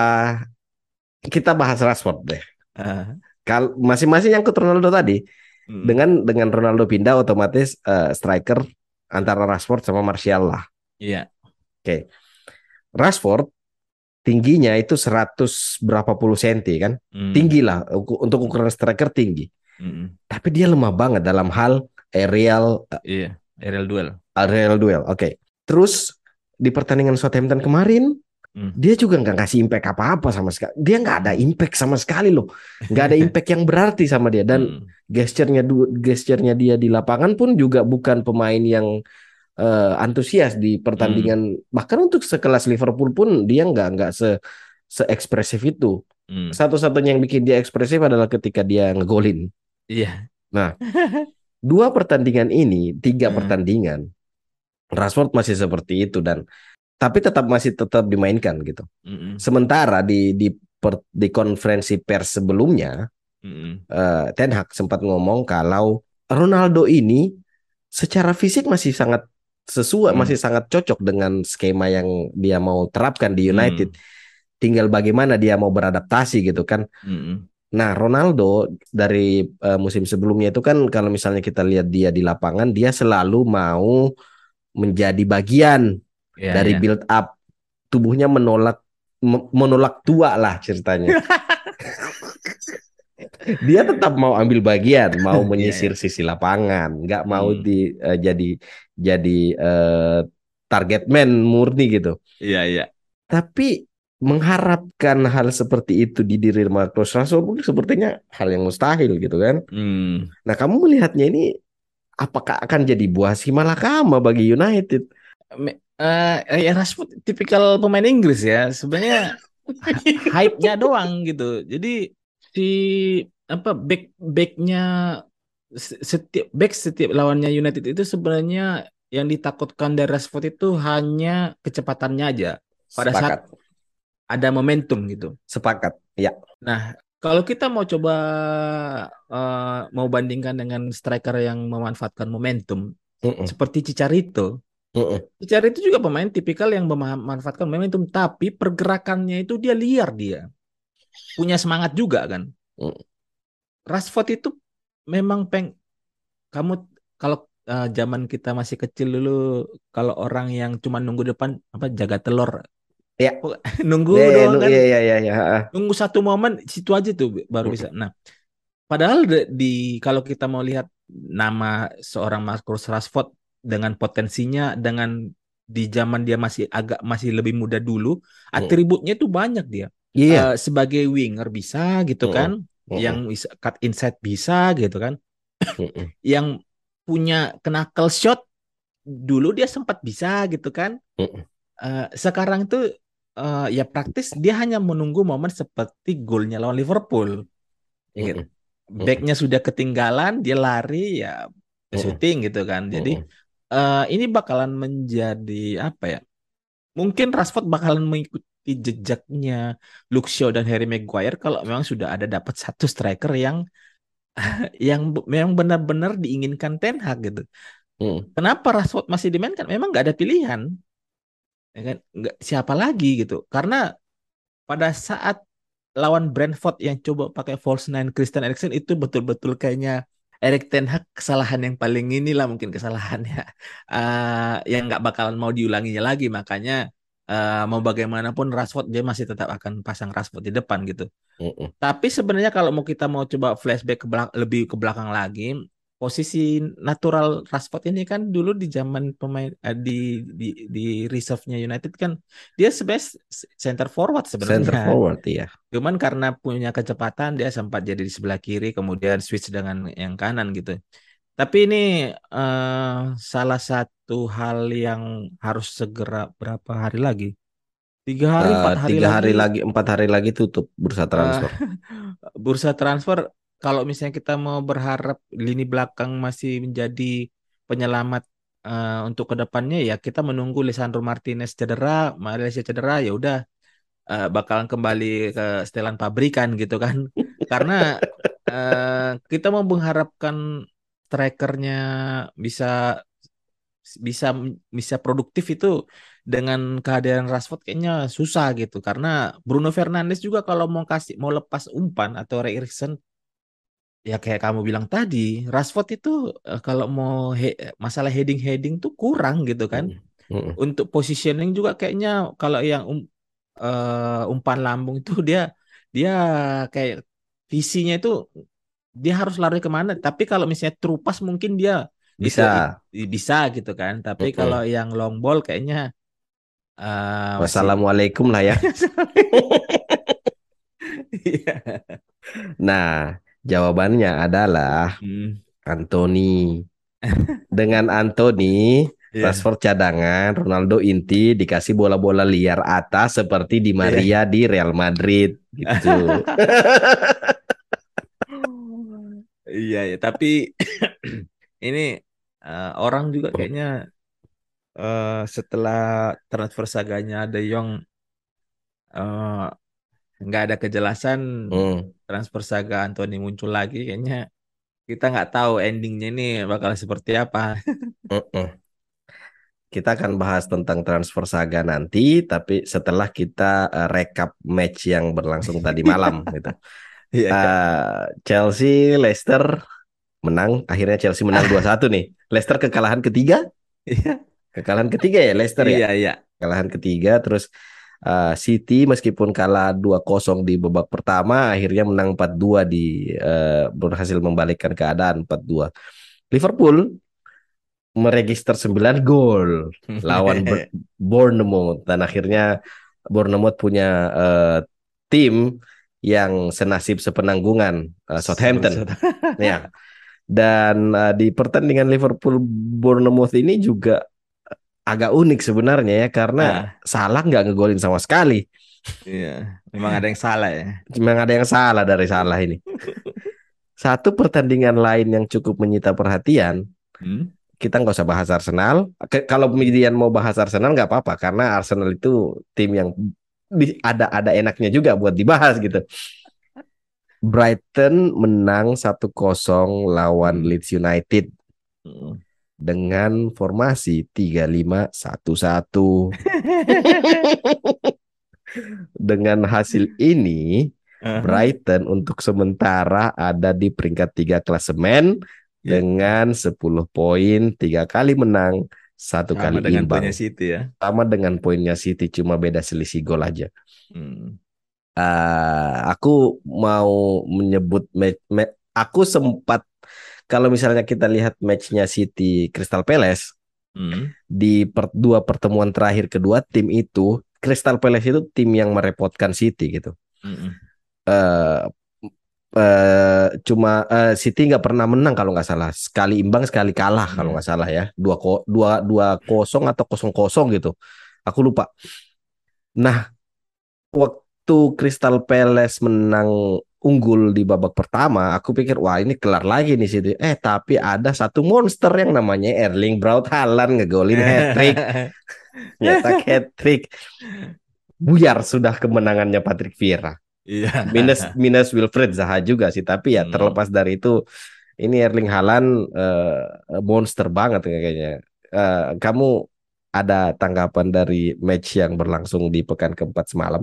kita bahas Rashford deh? Ah, Kalau masing-masing yang ke Ronaldo tadi, mm, dengan dengan Ronaldo pindah otomatis eh, striker antara Rashford sama Martial lah. iya. Oke, Rashford tingginya itu seratus berapa puluh senti kan? Mm, Tinggi lah untuk ukuran striker tinggi. mm, Tapi dia lemah banget dalam hal aerial iya. Aerial duel. aerial duel. Oke. Terus di pertandingan Southampton kemarin Mm, dia juga nggak ngasih impact apa-apa sama sekali. Dia nggak ada mm. impact sama sekali loh. Nggak ada impact yang berarti sama dia. Dan Mm, gesturnya gesturnya dia di lapangan pun juga bukan pemain yang eh, antusias di mm, pertandingan. Bahkan untuk sekelas Liverpool pun dia nggak nggak se se-ekspresif itu. mm. Satu-satunya yang bikin dia ekspresif adalah ketika dia ngegolin. Iya. Nah, dua pertandingan ini, tiga Eh, pertandingan, Rashford masih seperti itu dan tapi tetap masih tetap dimainkan gitu. mm, Sementara di di per- di konferensi pers sebelumnya, mm, eh, Ten Hag sempat ngomong kalau Ronaldo ini secara fisik masih sangat sesuai, mm, masih sangat cocok dengan skema yang dia mau terapkan di United. mm, Tinggal bagaimana dia mau beradaptasi gitu kan. mm. Nah, Ronaldo dari eh, musim sebelumnya itu kan kalau misalnya kita lihat dia di lapangan, dia selalu mau menjadi bagian Iya, dari iya. build up. Tubuhnya menolak menolak tua lah ceritanya. Dia tetap mau ambil bagian, mau Iya, iya. menyisir sisi lapangan, nggak mau Mm. di eh, jadi jadi eh, target man murni gitu. Iya, iya. Tapi mengharapkan hal seperti itu di diri Marcus Rashford sepertinya hal yang mustahil gitu kan. Mm. Nah, kamu melihatnya ini apakah akan jadi buah si malakama bagi United? Me- eh ya Rashford tipikal pemain Inggris ya. Sebenarnya h- hype-nya doang gitu. Jadi si apa back backnya se- setiap back setiap lawannya United itu sebenarnya yang ditakutkan dari Rashford itu hanya kecepatannya aja pada saat Sepakat, ada momentum gitu. sepakat. Ya. Nah, kalau kita mau coba eh, mau bandingkan dengan striker yang memanfaatkan momentum Mm-mm, seperti Chicharito. mm-mm, Chicharito itu juga pemain tipikal yang memanfaatkan momentum, tapi pergerakannya itu dia liar dia. Punya semangat juga kan. mm. Rashford itu memang peng kamu kalau eh, zaman kita masih kecil dulu, kalau orang yang cuma nunggu depan apa jaga telur, Ya, kok nunggu ya, ya, doang nu- kan, ya, ya, ya, ya. ah. nunggu satu momen situ aja tuh baru bisa. Mm, Nah, padahal de- di kalau kita mau lihat nama seorang Marcus Rashford dengan potensinya, dengan di zaman dia masih agak masih lebih muda dulu, mm. atributnya itu banyak dia. Eh, Iya. sebagai winger bisa gitu kan, Mm-mm, yang mm-mm, bisa cut inside bisa gitu kan, mm-mm, yang punya knuckle shot dulu dia sempat bisa gitu kan. mm-mm, Eh, sekarang tuh eh, ya praktis dia hanya menunggu momen seperti golnya lawan Liverpool. Ya gitu. mm-mm, mm-mm, Backnya sudah ketinggalan, dia lari ya mm-mm, syuting gitu kan. Jadi mm-mm. eh, ini bakalan menjadi apa ya? Mungkin Rashford bakalan mengikuti jejaknya Luke Shaw dan Harry Maguire kalau memang sudah ada dapat satu striker yang yang memang benar-benar diinginkan Ten Hag gitu. Mm. Kenapa Rashford masih dimainkan? Memang nggak ada pilihan, ya kan? Nggak siapa lagi gitu. Karena pada saat lawan Brentford yang coba pakai false nine Christian Eriksen itu betul-betul kayaknya Erik Ten Hag kesalahan yang paling inilah mungkin kesalahannya eh yang nggak bakalan mau diulanginya lagi, makanya eh, mau bagaimanapun Rashford dia masih tetap akan pasang Rashford di depan gitu. Mm-mm. Tapi sebenarnya kalau mau kita mau coba flashback ke belak- lebih ke belakang lagi, posisi natural Rashford ini kan dulu di zaman pemain eh, di di di reserve-nya United kan dia sebenarnya s- center forward Center sebenarnya. forward ya. Cuman karena punya kecepatan dia sempat jadi di sebelah kiri kemudian switch dengan yang kanan gitu. Tapi ini eh, salah satu hal yang harus segera berapa hari lagi? Tiga hari, Eh, empat hari tiga lagi hari lagi, empat hari lagi tutup bursa eh, transfer. bursa transfer. Kalau misalnya kita mau berharap lini belakang masih menjadi penyelamat eh, untuk kedepannya ya kita menunggu Lisandro Martinez cedera, Malaysia cedera ya udah eh, bakalan kembali ke setelan pabrikan gitu kan. Karena eh, kita mau mengharapkan strikernya bisa bisa bisa produktif itu dengan kehadiran Rashford kayaknya susah gitu. Karena Bruno Fernandes juga kalau mau kasih mau lepas umpan atau Eriksen ya kayak kamu bilang tadi, Rashford itu eh, kalau mau he- masalah heading-heading tuh kurang gitu kan. Mm-mm, mm-mm. Untuk positioning juga kayaknya kalau yang um, eh, umpan lambung itu dia dia kayak visinya itu dia harus lari kemana. Tapi kalau misalnya true pass mungkin dia itu i- Bisa. i- bisa gitu kan. Tapi kalau Mm-mm. yang long ball kayaknya eh, masih Wassalamualaikum lah ya. Iya. Nah, jawabannya adalah Hmm. Anthony. Dengan Anthony, Iya. Rashford cadangan, Ronaldo inti, dikasih bola-bola liar atas seperti di Iya. Maria di Real Madrid gitu. Iya ya, tapi ini eh, orang juga kayaknya eh, setelah transfer saganya De Jong eh, nggak ada kejelasan, Hmm. transfer saga Anthony muncul lagi, kayaknya kita nggak tahu endingnya ini bakal seperti apa. Mm-mm. Kita akan bahas tentang transfer saga nanti, tapi setelah kita eh, rekap match yang berlangsung tadi malam gitu. Iya, Kak. Eh, Chelsea, Leicester menang. Akhirnya Chelsea menang dua satu nih. Leicester kekalahan ketiga, Iya, kekalahan ketiga ya Leicester ya. iya, iya. Kekalahan ketiga, terus eh, City meskipun kalah dua kosong di babak pertama, akhirnya menang empat dua di eh, berhasil membalikkan keadaan empat dua. Liverpool meregister sembilan gol lawan Ber- Bournemouth dan akhirnya Bournemouth punya eh, tim yang senasib sepenanggungan eh, Southampton Bersatu. ya. Dan eh, di pertandingan Liverpool Bournemouth ini juga agak unik sebenarnya ya karena Ah, Salah nggak ngegolin sama sekali. iya, memang ada yang salah ya. Memang ada yang salah dari Salah ini. Satu pertandingan lain yang cukup menyita perhatian, Hmm? kita nggak usah bahas Arsenal. Ke- kalau Median mau bahas Arsenal nggak apa-apa karena Arsenal itu tim yang di- ada ada enaknya juga buat dibahas gitu. Brighton menang satu kosong lawan Hmm. Leeds United Hmm. dengan formasi tiga lima satu satu. Dengan hasil ini, Aha. Brighton untuk sementara ada di peringkat tiga klasemen Ya, dengan sepuluh poin, tiga kali menang, satu sama kali dengan punya imbang. City ya. Sama dengan poinnya City, cuma beda selisih gol aja. Hmm. Eh, aku mau menyebut match, ma- aku sempat kalau misalnya kita lihat matchnya City Crystal Palace Hmm. di per- dua pertemuan terakhir kedua tim itu, Crystal Palace itu tim yang merepotkan City gitu. Hmm. Eh eh, Cuma eh, City nggak pernah menang kalau nggak salah, sekali imbang sekali kalah kalau Hmm. nggak salah ya, dua ko dua dua kosong atau kosong kosong gitu, aku lupa. Nah, waktu Crystal Palace menang unggul di babak pertama, aku pikir wah ini kelar lagi nih City. Eh tapi ada satu monster yang namanya Erling Braut Haaland ngegolin hat trick, nyetak hat trick, buyar sudah kemenangannya Patrick Vieira. Iya. Minus minus Wilfried Zaha juga sih, tapi ya Hmm. terlepas dari itu, ini Erling Haaland eh, monster banget kayaknya. Eh, kamu ada tanggapan dari match yang berlangsung di pekan keempat semalam?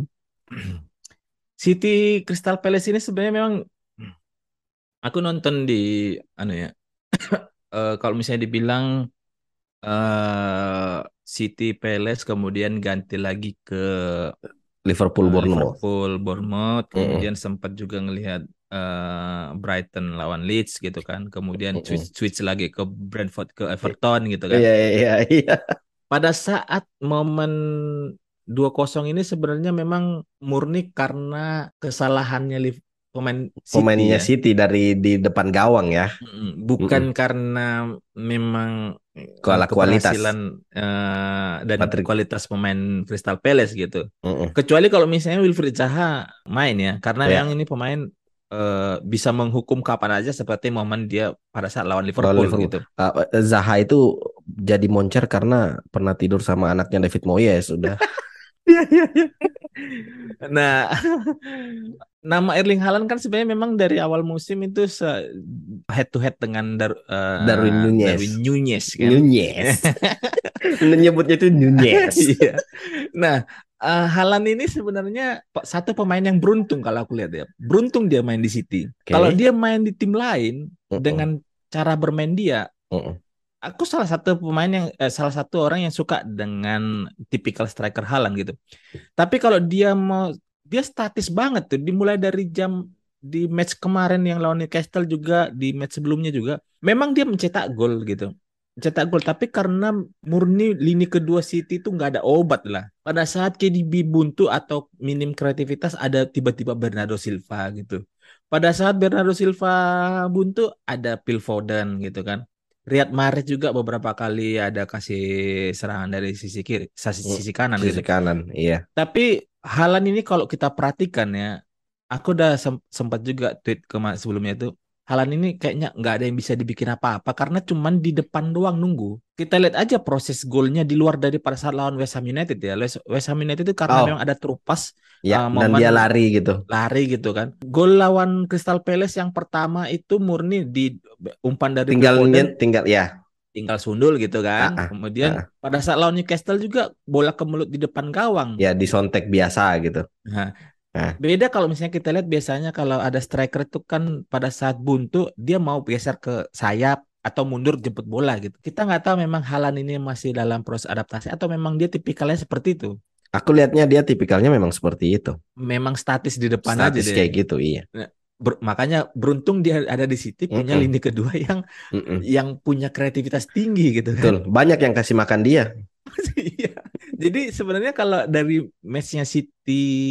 City Crystal Palace ini sebenarnya memang aku nonton di anu ya. Eh, kalau misalnya dibilang eh City Palace kemudian ganti lagi ke Liverpool eh, Bournemouth. Liverpool Bournemouth Mm-mm, kemudian sempat juga ngelihat eh, Brighton lawan Leeds gitu kan kemudian switch mm-mm. switch lagi ke Brentford ke I- Everton gitu kan Iya iya iya. pada saat momen dua kosong ini sebenarnya memang murni karena kesalahannya Liv- pemain City Pemainnya ya. City dari di depan gawang ya. Mm, bukan Mm-mm. karena memang eh, Kuala kualitas keberhasilan eh, dan Patrick. kualitas pemain Crystal Palace gitu. Mm-mm. Kecuali kalau misalnya Wilfried Zaha main ya, karena memang Ya, ini pemain eh, bisa menghukum kapan aja seperti momen dia pada saat lawan lawan Liverpool Liverpool. gitu. Uh, Zaha itu jadi moncer karena pernah tidur sama anaknya David Moyes sudah. Iya, iya, iya. Nah, nama Erling Haaland kan sebenarnya memang dari awal musim itu head to head dengan Dar- Darwin eh, Darwin Nunez. Nunez kan. Nunez. Menyebutnya itu Nunez. Iya. Nah, eh, Haaland ini sebenarnya pe- satu pemain yang beruntung kalau aku lihat ya. Beruntung dia main di City. Kalau Oke. dia main di tim lain Mm-mm. dengan cara bermain dia, Mm-mm. aku salah satu pemain yang eh, salah satu orang yang suka dengan tipikal striker Haaland gitu. Tapi kalau dia mau dia statis banget tuh dimulai dari jam di match kemarin yang lawan Newcastle juga di match sebelumnya juga memang dia mencetak gol gitu. Mencetak gol tapi karena murni lini kedua City itu nggak ada obat lah. Pada saat K D B buntu atau minim kreativitas ada tiba-tiba Bernardo Silva gitu. Pada saat Bernardo Silva buntu ada Phil Foden gitu kan. Riyad Mahrez juga beberapa kali ada kasih serangan dari sisi kiri, sisi, Mm. sisi kanan Sisi gitu. kanan, iya. Tapi Halan ini kalau kita perhatikan ya, aku udah sem- sempat juga tweet ke ma- sebelumnya itu, Halan ini kayaknya nggak ada yang bisa dibikin apa-apa karena cuman di depan doang nunggu. Kita lihat aja proses golnya di luar dari pada saat lawan West Ham United ya. West West Ham United itu karena memang Oh, ada terupas ya, uh, dan momen dia lari gitu. lari gitu kan. Gol lawan Crystal Palace yang pertama itu murni di umpan dari Phil Tinggal Foden nyet, tinggal ya. tinggal sundul gitu kan. Ah, ah, Kemudian ah. pada saat lawan Newcastle juga bola ke mulut di depan gawang. Ya disontek biasa gitu. Nah, Nah, beda kalau misalnya kita lihat biasanya kalau ada striker itu kan pada saat buntu dia mau geser ke sayap atau mundur jemput bola gitu. Kita nggak tahu memang Halan ini masih dalam proses adaptasi atau memang dia tipikalnya seperti itu. aku lihatnya dia tipikalnya memang seperti itu. Memang statis di depan aja Statis deh. kayak gitu, iya. Nah, ber- makanya beruntung dia ada di City punya Mm-mm, lini kedua yang mm-mm. yang punya kreativitas tinggi gitu kan. Betul, banyak yang kasih makan dia. Iya. Jadi sebenarnya kalau dari matchnya City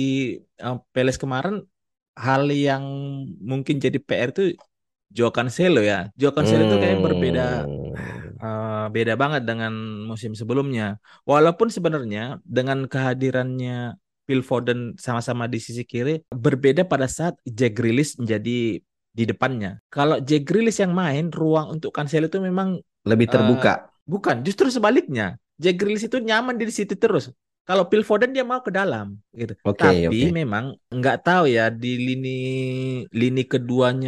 eh, Palace kemarin hal yang mungkin jadi P R itu Joao Cancelo ya. Joao Cancelo itu kayak berbeda Hmm, eh, beda banget dengan musim sebelumnya. Walaupun sebenarnya dengan kehadirannya Phil Foden sama-sama di sisi kiri berbeda pada saat Jack Grealish menjadi di depannya. Kalau Jack Grealish yang main, ruang untuk Cancelo itu memang lebih eh, terbuka. bukan, justru sebaliknya. Jack Grealish itu nyaman di situ terus. Kalau Phil Foden dia mau ke dalam gitu. Oke, Tapi oke. memang nggak tahu ya di lini lini keduanya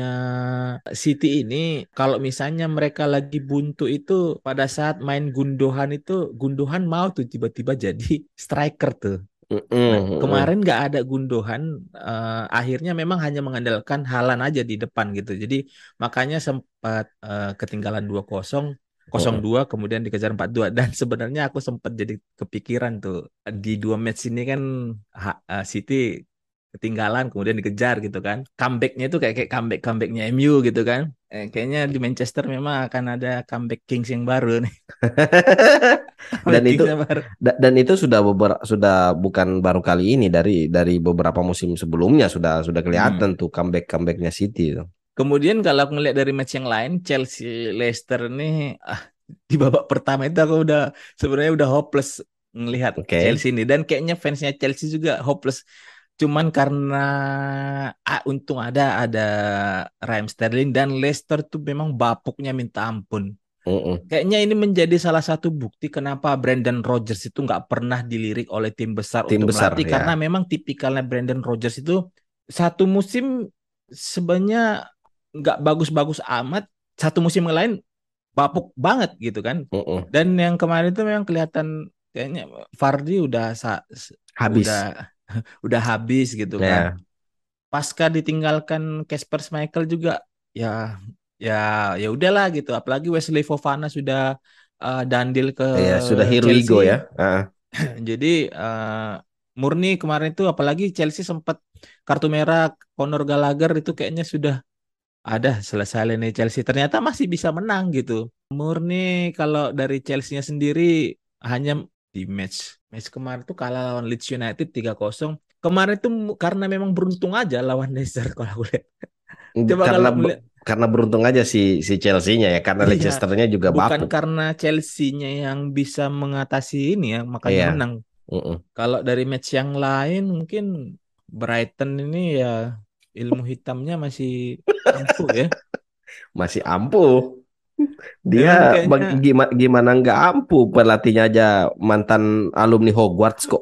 City ini kalau misalnya mereka lagi buntu itu pada saat main Gundogan itu Gundogan mau tuh tiba-tiba jadi striker tuh. Mm-mm, Nah, mm-mm. kemarin nggak ada Gundogan, eh, akhirnya memang hanya mengandalkan Haaland aja di depan gitu. Jadi makanya sempat eh, ketinggalan dua kosong, kosong Mm-mm. dua, kemudian dikejar empat dua. Dan sebenarnya aku sempat jadi kepikiran tuh di dua match ini kan ha- eh, City ketinggalan kemudian dikejar gitu kan. Comebacknya itu kayak kayak comeback comebacknya M U gitu kan. Eh, kayaknya di Manchester memang akan ada comeback Kings yang baru nih. Dan Comeback itu Kings yang baru. da- dan itu sudah beberapa sudah bukan baru kali ini, dari dari beberapa musim sebelumnya sudah sudah Hmm. kelihatan tuh comeback comebacknya City itu. Kemudian kalau aku melihat dari match yang lain, Chelsea Leicester ini ah, di babak pertama itu aku udah sebenarnya udah hopeless ngelihat Oke. Chelsea ini, dan kayaknya fansnya Chelsea juga hopeless. Cuman karena ah, untung ada ada Raheem Sterling, dan Leicester tuh memang bapuknya minta ampun. Mm-mm. Kayaknya ini menjadi salah satu bukti kenapa Brendan Rodgers itu nggak pernah dilirik oleh tim besar Tim untuk besar melatih, karena ya. memang tipikalnya Brendan Rodgers itu satu musim sebenarnya nggak bagus-bagus amat, satu musim yang lain bapuk banget gitu kan. Mm-mm. Dan yang kemarin itu memang kelihatan kayaknya Vardy udah sa- Habis. udah udah habis gitu kan. Ya, Pasca ditinggalkan Casper Schmeichel juga, ya ya ya udahlah gitu. Apalagi Wesley Fofana sudah uh, dandil ke ya sudah here we go Chelsea. ya. Ah, Jadi uh, murni kemarin itu, apalagi Chelsea sempat kartu merah Conor Gallagher itu, kayaknya sudah ada selesai nih Chelsea. Ternyata masih bisa menang gitu. Murni kalau dari Chelsea-nya sendiri hanya di match match kemarin tuh kalah lawan Leeds United tiga kosong. Kemarin tuh mu- karena memang beruntung aja lawan Leicester kalau aku lihat. Coba karena kalau be- melihat, karena beruntung aja si si Chelsea-nya ya, karena iya, Leicester-nya juga bukan bapuk. karena Chelsea-nya yang bisa mengatasi ini ya makanya Iya. menang. Mm-mm. Kalau dari match yang lain mungkin Brighton ini ya ilmu hitamnya masih ampuh ya. Masih ampuh. Dia Memang kayaknya gimana gimana nggak ampuh, pelatihnya aja mantan alumni Hogwarts kok.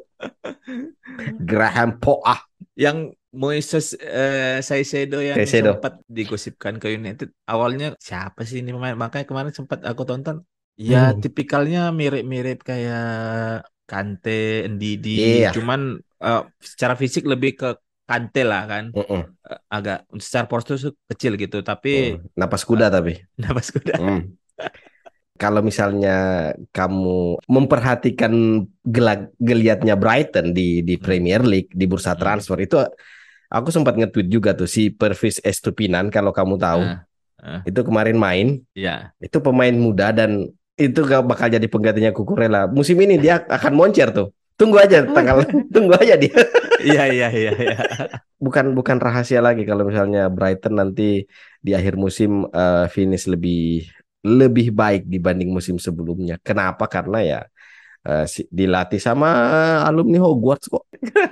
Graham Poah. yang Moises eh, Caicedo yang Caicedo. sempat digosipkan ke United, awalnya siapa sih ini pemain, makanya kemarin sempat aku tonton, ya Hmm. tipikalnya mirip-mirip kayak Kante, Ndidi, Iya. cuman eh, secara fisik lebih ke Kante lah kan. Mm-mm. Eh, agak secara postur tuh kecil gitu, tapi Mm. Napas eh, kuda tapi. napas kuda. Hmm. Kalau misalnya kamu memperhatikan gelak geliatnya Brighton di di Hmm, Premier League, di bursa hmm, transfer itu, aku sempat nge-tweet juga tuh si Pervis Estupinan, kalau kamu tahu. eh, eh, Itu kemarin main, ya. itu pemain muda dan itu gak bakal jadi penggantinya Cucurella. Musim ini dia akan moncer tuh. Tunggu aja tanggal, tunggu aja dia. Iya, iya, iya, iya. Bukan bukan rahasia lagi kalau misalnya Brighton nanti di akhir musim eh, finish lebih lebih baik dibanding musim sebelumnya. Kenapa? Karena ya eh, si- dilatih sama alumni Hogwarts kok.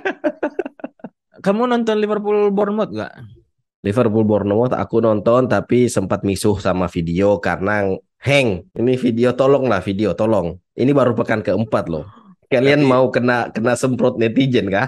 Kamu nonton Liverpool Bournemouth gak? Liverpool Bournemouth aku nonton tapi sempat misuh sama video karena hang. Ini video, tolong lah video, tolong. Ini baru pekan keempat loh. Kalian Tapi mau kena kena semprot netizen kah?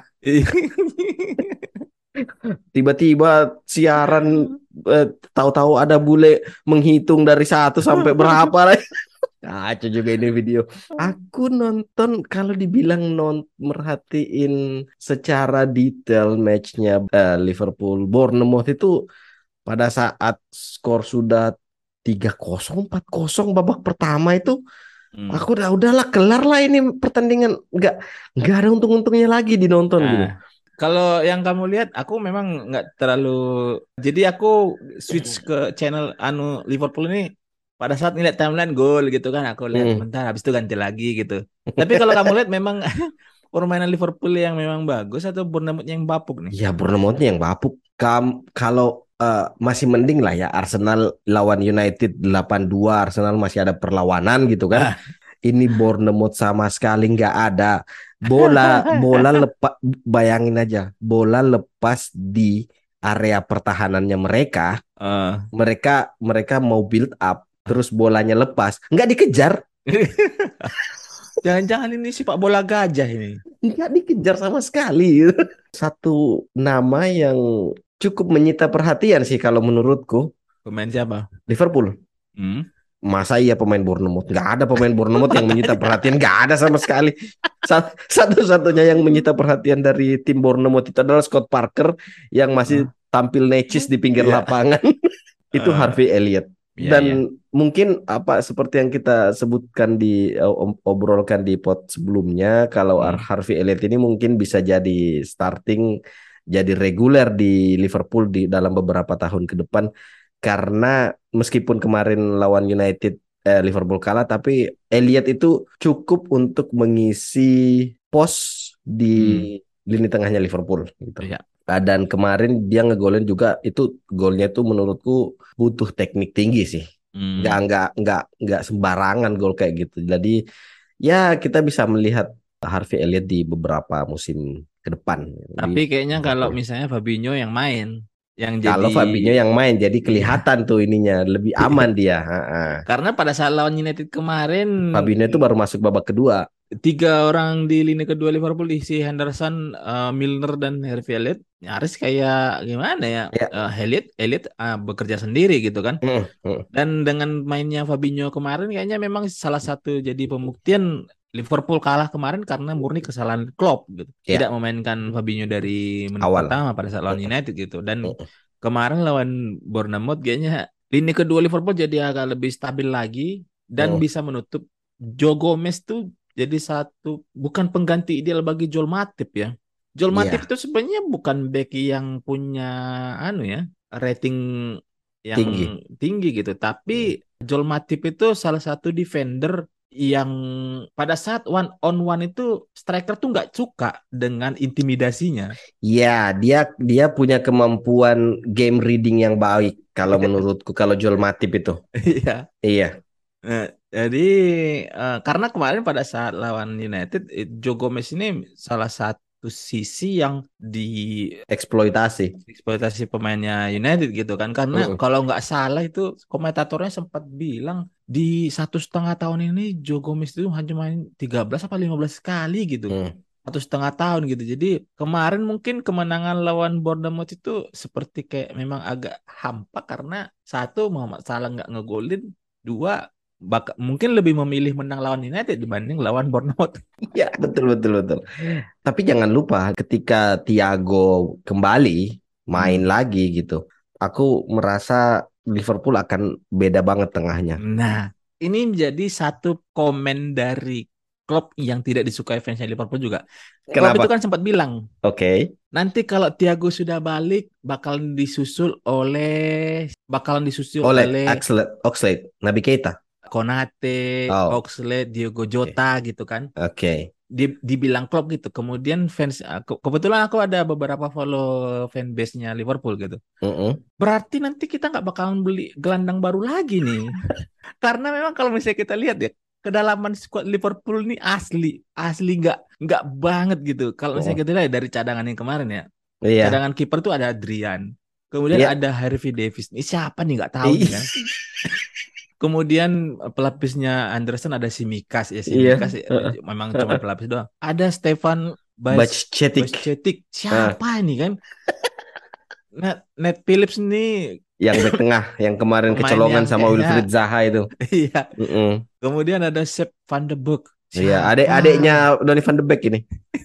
Tiba-tiba siaran, eh, tahu-tahu ada bule menghitung dari satu sampai berapa lah. Kacau juga ini video. Aku nonton, kalau dibilang non merhatiin secara detail matchnya eh, Liverpool Bournemouth itu, pada saat skor sudah tiga kosong empat kosong babak pertama itu, Hmm. aku udah udahlah kelar lah ini pertandingan, nggak nggak ada untung-untungnya lagi dinonton Nah, gitu. kalau yang kamu lihat, aku memang nggak terlalu. Jadi aku switch ke channel anu Liverpool ini pada saat ngeliat timeline gol gitu kan, aku lihat Hmm. bentar, habis itu ganti lagi gitu. Tapi kalau kamu lihat memang permainan Liverpool yang memang bagus atau Bournemouth yang bapuk nih? Ya Bournemouth-nya yang bapuk. Kam kalau eh, masih mending lah ya, Arsenal lawan United delapan dua, Arsenal masih ada perlawanan gitu kan. Ah. Ini Bournemouth sama sekali nggak ada. Bola bola lepas, bayangin aja, bola lepas di area pertahanannya mereka, Ah. mereka mereka mau build up, terus bolanya lepas, nggak dikejar, Jangan-jangan ini sepak bola gajah ini. nggak dikejar sama sekali. Satu nama yang cukup menyita perhatian sih kalau menurutku, Pemain siapa? Liverpool. Hmm? Masa iya pemain Bournemouth? Nggak ada pemain Bournemouth yang menyita perhatian. Nggak ada sama sekali. Sa- Satu-satunya yang menyita perhatian dari tim Bournemouth itu adalah Scott Parker yang masih tampil necis di pinggir Iya. lapangan. Itu Eh, Harvey Elliott. iya, iya. Dan mungkin apa seperti yang kita sebutkan di eh, om- obrolkan di pot sebelumnya, kalau Ar- Hmm. Harvey Elliott ini mungkin bisa jadi starting, jadi reguler di Liverpool di dalam beberapa tahun ke depan, karena meskipun kemarin lawan United eh, Liverpool kalah, tapi Elliott itu cukup untuk mengisi pos Hmm. di lini tengahnya Liverpool gitu. Iya. Ah, dan kemarin dia ngegolin juga, itu golnya tuh menurutku butuh teknik tinggi sih. Nggak Hmm. nggak nggak nggak sembarangan gol kayak gitu. Jadi ya kita bisa melihat Harvey Elliott di beberapa musim ke depan di Tapi kayaknya kalau Liverpool. misalnya Fabinho yang main, yang Kalau jadi Fabinho yang main jadi iya. kelihatan tuh ininya lebih aman dia. Ha-ha. Karena pada saat lawan United kemarin Fabinho itu baru masuk babak kedua. tiga orang di lini kedua Liverpool diisi Henderson, eh, Milner dan Harvey Elliott. Nyaris kayak gimana ya? Ya. Eh, Elliott Elliott eh, bekerja sendiri gitu kan. Mm, mm. Dan dengan mainnya Fabinho kemarin kayaknya memang salah satu jadi pembuktian Liverpool kalah kemarin karena murni kesalahan Klopp gitu. Ya, Tidak memainkan Fabinho dari menit awal. pertama pada saat lawan Mm, United gitu. Dan mm, kemarin lawan Bournemouth kayaknya lini kedua Liverpool jadi agak lebih stabil lagi dan mm. bisa menutup. Joe Gomez tuh jadi satu bukan pengganti ideal bagi Joel Matip ya. Joel Matip Iya, itu sebenarnya bukan back yang punya anu ya rating yang tinggi. tinggi gitu. Mm. Tapi Joel Matip itu salah satu defender yang pada saat one on one itu striker tuh nggak suka dengan intimidasinya. Ya, dia dia punya kemampuan game reading yang baik kalau menurutku, kalau Joel Matip itu. Iya. Iya, Nah, jadi eh, karena kemarin pada saat lawan United, eh, Joe Gomez ini salah satu sisi yang eksploitasi. dieksploitasi pemainnya United gitu kan. Karena Mm, kalau nggak salah itu komentatornya sempat bilang di satu setengah tahun ini Joe Gomez itu hanya main tiga belas apa lima belas kali gitu. mm. Satu setengah tahun gitu. Jadi kemarin mungkin kemenangan lawan Bournemouth itu seperti kayak memang agak hampa karena satu Muhammad Salah nggak ngegolin, dua bak- mungkin lebih memilih menang lawan United dibanding lawan Bournemouth. Ya, betul betul betul. Tapi jangan lupa ketika Thiago kembali main Hmm. lagi gitu, aku merasa Liverpool akan beda banget tengahnya. Nah, ini menjadi satu komen dari Klopp yang tidak disukai fansnya Liverpool juga. Klopp itu Kenapa? kan sempat bilang, Oke. nanti kalau Thiago sudah balik bakalan disusul oleh bakalan disusul Oleh oleh Oxlade, Oxlade, Naby Keita. Konate, Oh, Oxlade, Diogo oke. Jota gitu kan. Oke. Di, dibilang Klopp gitu. Kemudian fans aku- kebetulan aku ada beberapa follow fanbase-nya Liverpool gitu. Mm-mm. Berarti nanti kita nggak bakalan beli gelandang baru lagi nih. Karena memang kalau misalnya kita lihat ya, kedalaman squad Liverpool ini asli, asli nggak nggak banget gitu. Kalau misalnya Mm. kita lihat dari cadangan yang kemarin ya, Iya. cadangan kiper tuh ada Adrian, kemudian Iya. ada Harvey Davis. Ini siapa nih nggak tahu nih Ih, kan. Kemudian pelapisnya Anderson ada Simikas ya iya. Simikas ya, memang cuma pelapis doang. Ada Stefan Bas Bajcetic. Bascetic. Ah, Siapa ini kan? Nat, Nat Phillips ini yang back tengah yang kemarin pemain kecolongan yang sama kayaknya Wilfried Zaha itu. iya. Mm-mm. Kemudian ada Sepp van der Beek. Iya, adik-adiknya Siapa? Donny van de Beek ini.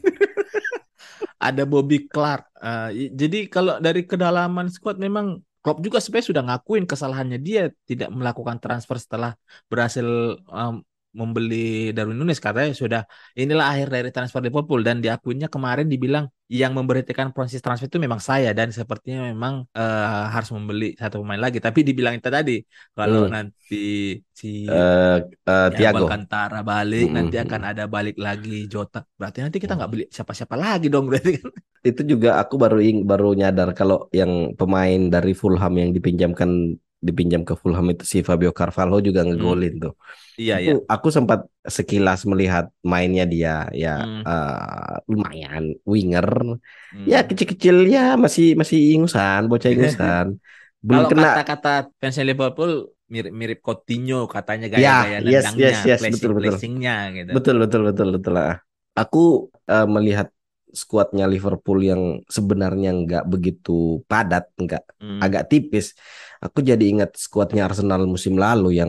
Ada Bobby Clark. Eh, i- jadi kalau dari kedalaman squad memang Klopp juga sebenarnya sudah ngakuin kesalahannya dia tidak melakukan transfer setelah berhasil em, membeli Darwin Nunes katanya sudah inilah akhir dari transfer Liverpool dan diakuinya kemarin dibilang yang memberhentikan proses transfer itu memang saya dan sepertinya memang eh, harus membeli satu pemain lagi tapi dibilang itu tadi kalau Hmm. nanti si Eh, eh, Thiago Thiago. Alcantara balik nanti akan Mm-mm. ada balik lagi Jota berarti nanti kita nggak Mm. beli siapa-siapa lagi dong berarti kan. Itu juga aku baru ing- baru nyadar kalau yang pemain dari Fulham yang dipinjamkan dipinjam ke Fulham itu si Fabio Carvalho juga Hmm, ngegolin tuh. iya Itu ya. aku sempat sekilas melihat mainnya dia, ya Hmm, eh, lumayan winger. Ya hmm. kecil-kecil ya, masih masih ingusan, bocah ingusan. Belum Kalau kena. kata-kata fansnya Liverpool mirip-mirip Coutinho katanya Ya, gaya-gaya yes yes nendangnya, yes, betul betul. placing-placingnya gitu. Betul betul betul betul lah. Aku eh, melihat skuadnya Liverpool yang sebenarnya nggak begitu padat, nggak Hmm, agak tipis. Aku jadi ingat skuadnya Arsenal musim lalu yang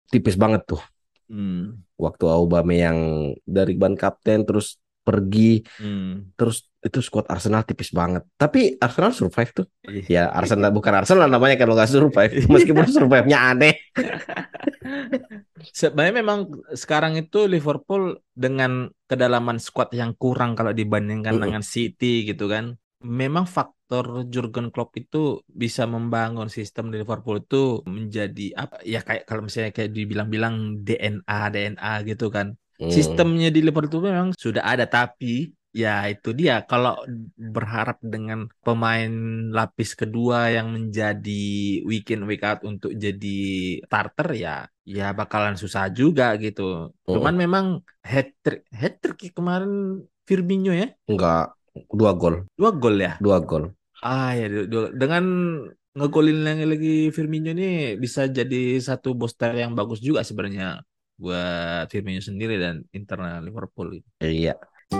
tipis banget tuh. Hmm. Waktu Aubameyang dari ban kapten terus pergi, Hmm. terus itu squad Arsenal tipis banget. Tapi Arsenal survive tuh. Ih. Ya Arsenal bukan Arsenal namanya kalau nggak survive. Meskipun survive-nya aneh. Sebenarnya memang sekarang itu Liverpool dengan kedalaman squad yang kurang kalau dibandingkan Mm-mm. dengan City gitu kan. Memang faktor Jurgen Klopp itu bisa membangun sistem di Liverpool itu menjadi apa ya, kayak kalau misalnya kayak dibilang-bilang D N A D N A gitu kan. Hmm. Sistemnya di Liverpool itu memang sudah ada, tapi ya itu dia, kalau berharap dengan pemain lapis kedua yang menjadi week in week out untuk jadi starter, ya ya bakalan susah juga gitu. Mm-mm. Cuman memang hat trick hat trick kemarin Firmino ya, Enggak, dua gol, dua gol ya. dua gol. Ah ya, du- du- dengan ngegolin lagi lagi Firmino ini bisa jadi satu booster yang bagus juga sebenarnya buat Firmino sendiri dan internal Liverpool gitu. Iya.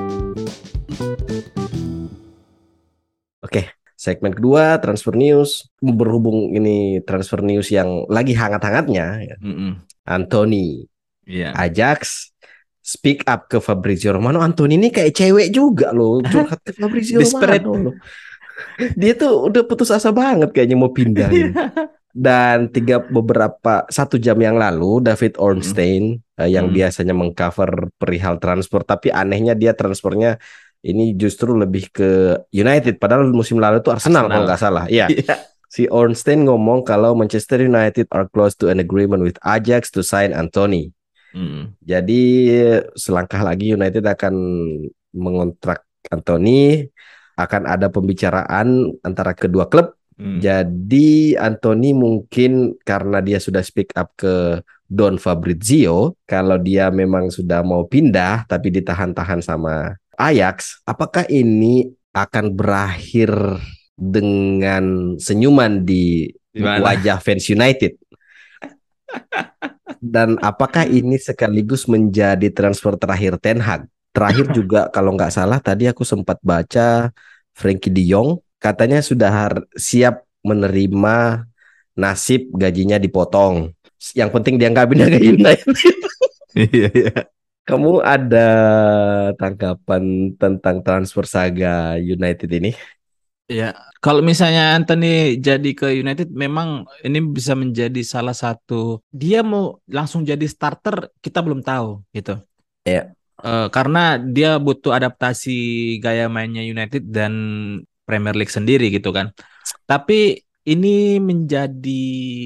Oke, segmen kedua transfer news. Berhubung ini transfer news yang lagi hangat-hangatnya, ya. Mm-mm. Anthony Iya. Ajax speak up ke Fabrizio Romano. Anthony ini kayak cewek juga loh, curhat ke Fabrizio Desperate. Romano loh. Dia tuh udah putus asa banget kayaknya mau pindah ini. Dan tiga beberapa satu jam yang lalu David Mm-mm. Ornstein eh, yang Mm. biasanya mengcover perihal transfer, tapi anehnya dia transfernya ini justru lebih ke United, padahal musim lalu itu Arsenal, Arsenal. kalau nggak salah. Iya. Iya. Si Ornstein ngomong kalau Manchester United are close to an agreement with Ajax to sign Anthony. Mm. Jadi selangkah lagi United akan mengontrak Anthony, akan ada pembicaraan antara kedua klub. Mm. Jadi Anthony mungkin karena dia sudah speak up ke Don Fabrizio, kalau dia memang sudah mau pindah tapi ditahan-tahan sama Ajax, apakah ini akan berakhir dengan senyuman di Gimana? wajah fans United? Dan apakah ini sekaligus menjadi transfer terakhir Ten Hag? Terakhir juga kalau nggak salah tadi aku sempat baca Frenkie de Jong katanya sudah har- siap menerima nasib gajinya dipotong. Yang penting dia nggak pindah ke United. Iya, iya. Kamu ada tanggapan tentang transfer saga United ini? Ya, kalau misalnya Anthony jadi ke United, memang ini bisa menjadi salah satu, dia mau langsung jadi starter, kita belum tahu gitu. Ya, Eh, karena dia butuh adaptasi gaya mainnya United dan Premier League sendiri gitu kan. Tapi ini menjadi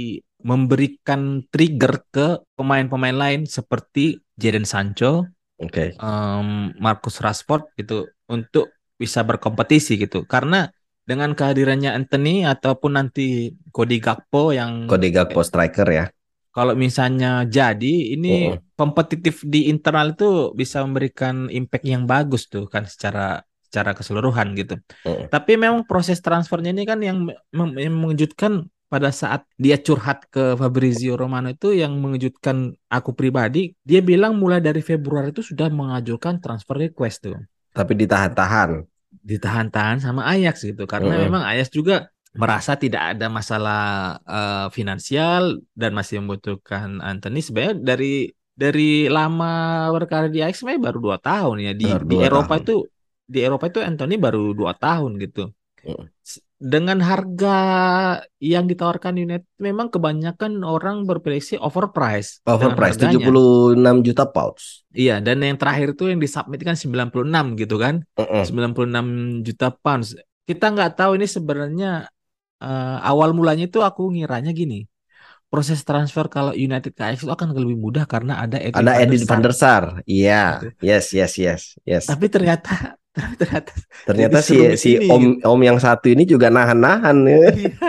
memberikan trigger ke pemain-pemain lain seperti Jadon Sancho, oke. em, Marcus Rashford gitu untuk bisa berkompetisi gitu. Karena dengan kehadirannya Anthony ataupun nanti Cody Gakpo yang Kode Gakpo striker ya. kalau misalnya jadi ini Mm-mm. kompetitif di internal itu bisa memberikan impact yang bagus tuh kan secara secara keseluruhan gitu. Mm-mm. Tapi memang proses transfernya ini kan yang, mem- yang mengejutkan pada saat dia curhat ke Fabrizio Romano itu, yang mengejutkan aku pribadi, dia bilang mulai dari Februari itu sudah mengajukan transfer request tuh. Tapi ditahan-tahan. Ditahan-tahan sama Ajax gitu karena Mm-mm. memang Ajax juga merasa tidak ada masalah eh, finansial dan masih membutuhkan Anthony. Sebenarnya dari dari lama berkarir di Ajax sebenarnya baru dua tahun ya, di Baru di dua Eropa tahun. itu di Eropa itu Anthony baru dua tahun gitu. Mm. S- Dengan harga yang ditawarkan United, memang kebanyakan orang berprediksi overpriced dengan Overpriced tujuh harganya. puluh enam juta pounds. Iya, dan yang terakhir tuh yang disubmit kan sembilan puluh enam gitu kan. Mm-mm. sembilan puluh enam juta pounds. Kita nggak tahu ini sebenarnya, eh, awal mulanya itu aku ngiranya gini. Proses transfer kalau United ke Ajax itu akan lebih mudah karena ada Edwin Ada van der Edin van Sar der Sar. Iya, gitu. yes, yes, yes, yes. Tapi ternyata tapi ternyata jadi Ternyata si serumit si ini om gitu. om yang satu ini juga nahan-nahan ya. Iya.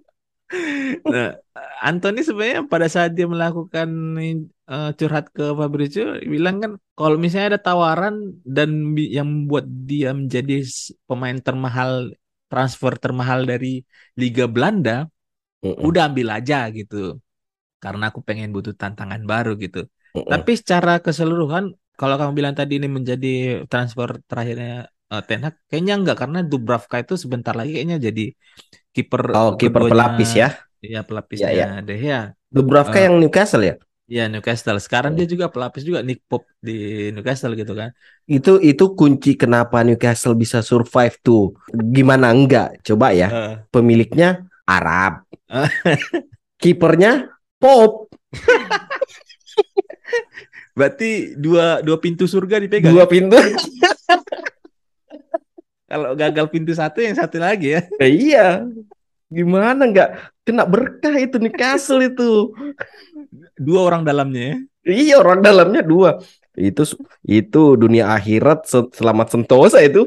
Nah, Anthony sebenarnya pada saat dia melakukan eh, curhat ke Fabrizio bilang kan kalau misalnya ada tawaran dan bi- yang membuat dia menjadi s- pemain termahal, transfer termahal dari Liga Belanda, Mm-mm. udah ambil aja gitu. Karena aku pengen butuh tantangan baru gitu. Mm-mm. Tapi secara keseluruhan, kalau kamu bilang tadi ini menjadi transfer terakhirnya eh, Ten Hag, kayaknya enggak, karena Dubravka itu sebentar lagi kayaknya jadi kiper Oh, kiper keduanya, pelapis ya. ya Ya, ya. pelapisnya De Gea. Dubravka Eh, yang Newcastle ya. Ya Newcastle. Sekarang dia juga pelapis juga Nick Pope di Newcastle gitu kan. Itu itu kunci kenapa Newcastle bisa survive tuh. Gimana enggak? Coba ya. Eh. Pemiliknya Arab. Kipernya Pop. Berarti dua dua pintu surga dipegang Dua ya. pintu. Kalau gagal pintu satu yang satu lagi ya. Eh, iya. Gimana enggak kena berkah itu Newcastle itu. Dua orang dalamnya ya. Iya, orang dalamnya dua. Itu itu dunia akhirat se- selamat sentosa itu.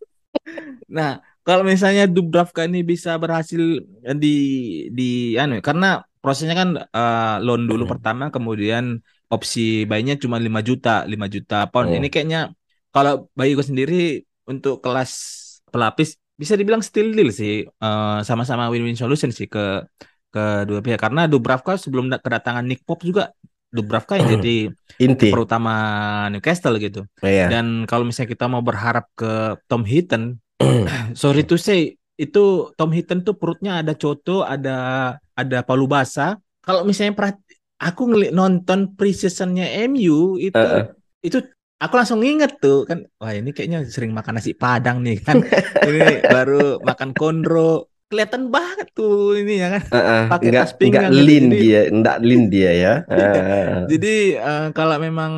Nah, kalau misalnya Dubravka ini bisa berhasil di di anu ya, karena prosesnya kan eh, loan dulu pertama, kemudian opsi bayinya cuma lima juta, lima juta pound. Ini Hmm. kayaknya kalau bayi gue sendiri untuk kelas pelapis bisa dibilang still deal sih. Eh, sama-sama win-win solution sih ke kedua pihak, karena Dubravka sebelum da- kedatangan Nick Pope juga Dubravka yang jadi Inti. kiper utama Newcastle gitu. Iya. Dan kalau misalnya kita mau berharap ke Tom Heaton, sorry to say, itu Tom Heaton tuh perutnya ada coto, ada ada palu basah. Kalau misalnya perhati, aku ngeli nonton pre-seasonnya M U itu Heeh. itu aku langsung inget tuh kan, wah ini kayaknya sering makan nasi Padang nih kan. Ini baru makan kondro. Kelihatan banget tuh ini ya kan. Heeh. Pakai Enggak tas enggak pinggang gitu. lean Jadi dia, enggak lean dia ya. Heeh. jadi eh, kalau memang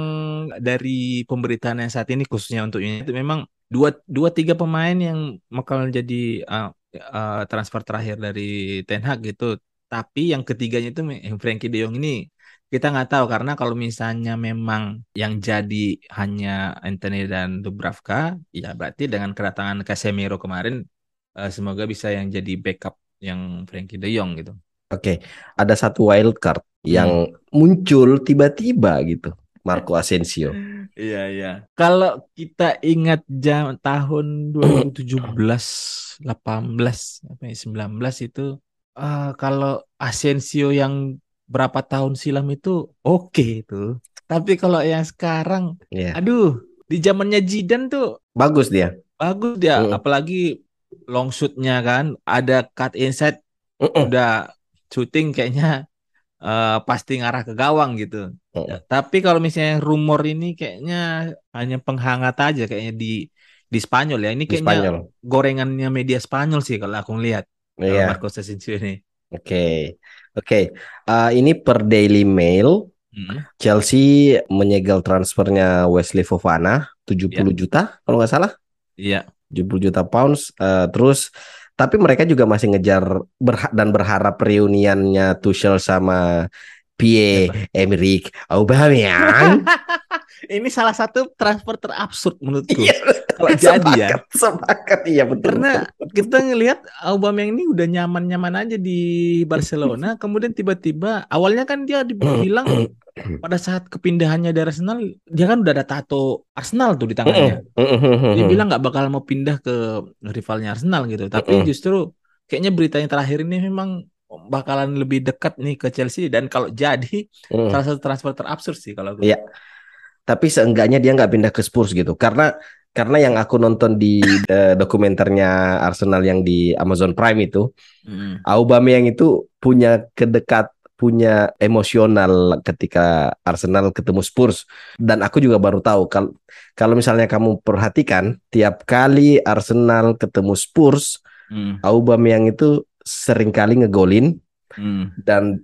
dari pemberitaan yang saat ini khususnya untuk ini itu memang dua dua tiga pemain yang bakal jadi eh, eh, transfer terakhir dari Ten Hag gitu. Tapi yang ketiganya itu yang Frankie De Jong ini kita nggak tahu, karena kalau misalnya memang yang jadi hanya Anthony dan Dubravka, ya berarti dengan kedatangan Casemiro kemarin eh, semoga bisa yang jadi backup yang Frankie De Jong gitu. Oke, ada satu wild card Hmm. yang muncul tiba-tiba gitu. Marco Asensio. Iya, iya. Kalau kita ingat jam tahun dua ribu tujuh belas, delapan belas, apa ya, sembilan belas itu eh, kalau Asensio yang berapa tahun silam itu oke itu. Tapi kalau yang sekarang, Iya. aduh, di zamannya Zidane tuh Bagus dia. bagus dia, Mm-mm. apalagi long shootnya kan, ada cut inside, Mm-mm. udah shooting kayaknya eh, pasti ngarah ke gawang gitu. Ya, Mm-mm. tapi kalau misalnya rumor ini kayaknya hanya penghangat aja kayaknya di di Spanyol ya. Ini Di kayaknya Spanyol. gorengannya media Spanyol sih kalau aku lihat. Kalau Iya. Marcos Asensio ini. Oke. Oke. Eh, ini per Daily Mail, Mm-mm. Chelsea menyegel transfernya Wesley Fofana tujuh Ya, puluh juta kalau nggak salah. iya, tujuh puluh juta pounds. Eh, terus tapi mereka juga masih ngejar berha- dan berharap reuniannya Tuchel sama siapa? Pierre-Emerick Aubameyang. Ini salah satu transfer terabsurd menurutku. Iya, Kalau jadi ya, sepakat, sepakat. Iya, betul, karena betul. kita ngelihat Aubameyang ini udah nyaman-nyaman aja di Barcelona, kemudian tiba-tiba awalnya kan dia dibilang pada saat kepindahannya dari Arsenal, dia kan udah ada tato Arsenal tuh di tangannya. Dia bilang nggak bakal mau pindah ke rivalnya Arsenal gitu. Tapi justru kayaknya beritanya terakhir ini memang bakalan lebih dekat nih ke Chelsea. Dan kalau jadi salah satu transfer terabsurd sih kalau aku. Iya, tapi seenggaknya dia nggak pindah ke Spurs gitu. Karena karena yang aku nonton di eh, dokumenternya Arsenal yang di Amazon Prime itu, Mm-mm. Aubameyang itu punya kedekat punya emosional ketika Arsenal ketemu Spurs. Dan aku juga baru tahu kalau kalau misalnya kamu perhatikan tiap kali Arsenal ketemu Spurs, Mm. Aubameyang itu sering kali ngegolin, Mm. dan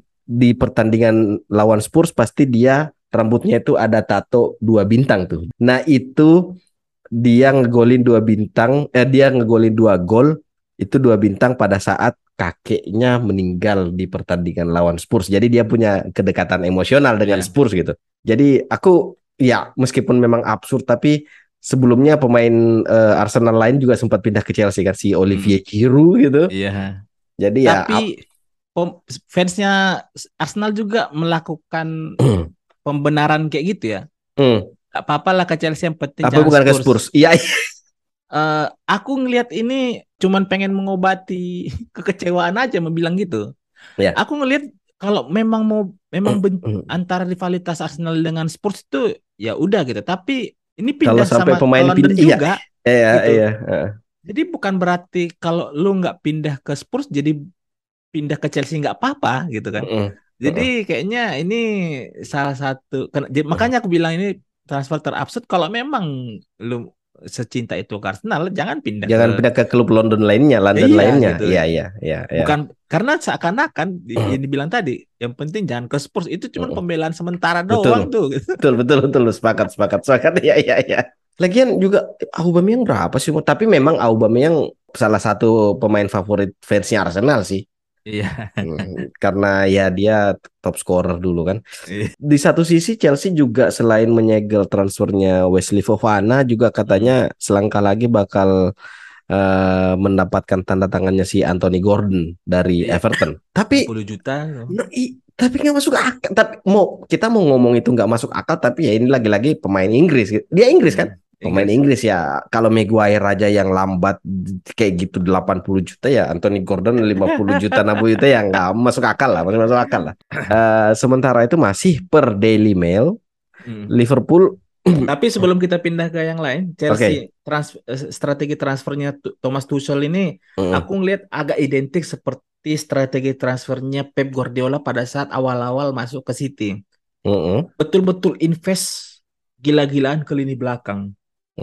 di pertandingan lawan Spurs pasti dia rambutnya itu ada tato dua bintang tuh. Nah itu dia ngegolin dua bintang, eh dia ngegolin dua gol itu dua bintang pada saat kakeknya meninggal di pertandingan lawan Spurs. Jadi dia punya kedekatan emosional dengan Ya. Spurs gitu. Jadi aku ya meskipun memang absurd tapi sebelumnya pemain eh, Arsenal lain juga sempat pindah ke Chelsea kan si Olivier Mm. Giroud gitu. Iya. Jadi ya ap- Tapi pem- fansnya Arsenal juga melakukan pembenaran kayak gitu ya. Hmm. Gak apa-apa lah ke Chelsea, yang penting Tapi jangan bukan ke Spurs. Spurs. Iya, Eh, aku ngelihat ini cuman pengen mengobati kekecewaan aja membilang gitu. iya. Aku ngelihat kalau memang mau memang ben- antara rivalitas Arsenal dengan Spurs itu ya udah gitu. Tapi ini Kalau pindah sampai sama pemain ke London pindah, iya, juga iya, gitu. iya. Heeh. Jadi bukan berarti kalau lu nggak pindah ke Spurs jadi pindah ke Chelsea nggak apa-apa gitu kan. Mm-mm. Jadi kayaknya ini salah satu ken- jadi makanya aku bilang ini transfer terabsurd kalau memang lu secinta itu ke Arsenal jangan pindah ke Jangan pindah ke klub London lainnya, London iya lainnya. gitu. Iya, iya, iya, iya. Bukan karena seakan-akan di- yang dibilang tadi yang penting jangan ke Spurs itu cuma pembelaan sementara doang Betul. tuh gitu. Betul, betul, betul. Sepakat, sepakat, sepakat. Iya, iya, iya. Lagian juga Aubameyang berapa sih? Tapi memang Aubameyang salah satu pemain favorit fansnya Arsenal sih. Iya. Hmm, karena ya dia top scorer dulu kan. Iya. Di satu sisi Chelsea juga selain menyegel transfernya Wesley Fofana juga katanya selangkah lagi bakal eh, mendapatkan tanda tangannya si Anthony Gordon dari Iya. Everton. enam Tapi puluh juta loh. no, i- tapi nggak masuk akal. Tapi mau kita mau ngomong itu nggak masuk akal, tapi ya ini lagi-lagi pemain Inggris. Dia Inggris kan? Hmm. Pemain Inggris. Inggris ya. Kalau Maguire aja yang lambat kayak gitu delapan puluh juta ya, Anthony Gordon lima puluh juta, enam puluh juta ya nggak masuk akal lah, masih masuk akal lah. Eh, sementara itu masih per Daily Mail, Hmm. Liverpool. Tapi sebelum kita pindah ke yang lain, Chelsea Oke. trans- eh, strategi transfernya Tu- Thomas Tuchel ini Mm-mm. aku ngelihat agak identik seperti strategi transfernya Pep Guardiola pada saat awal-awal masuk ke City. Mm-mm. Betul-betul invest gila-gilaan ke lini belakang.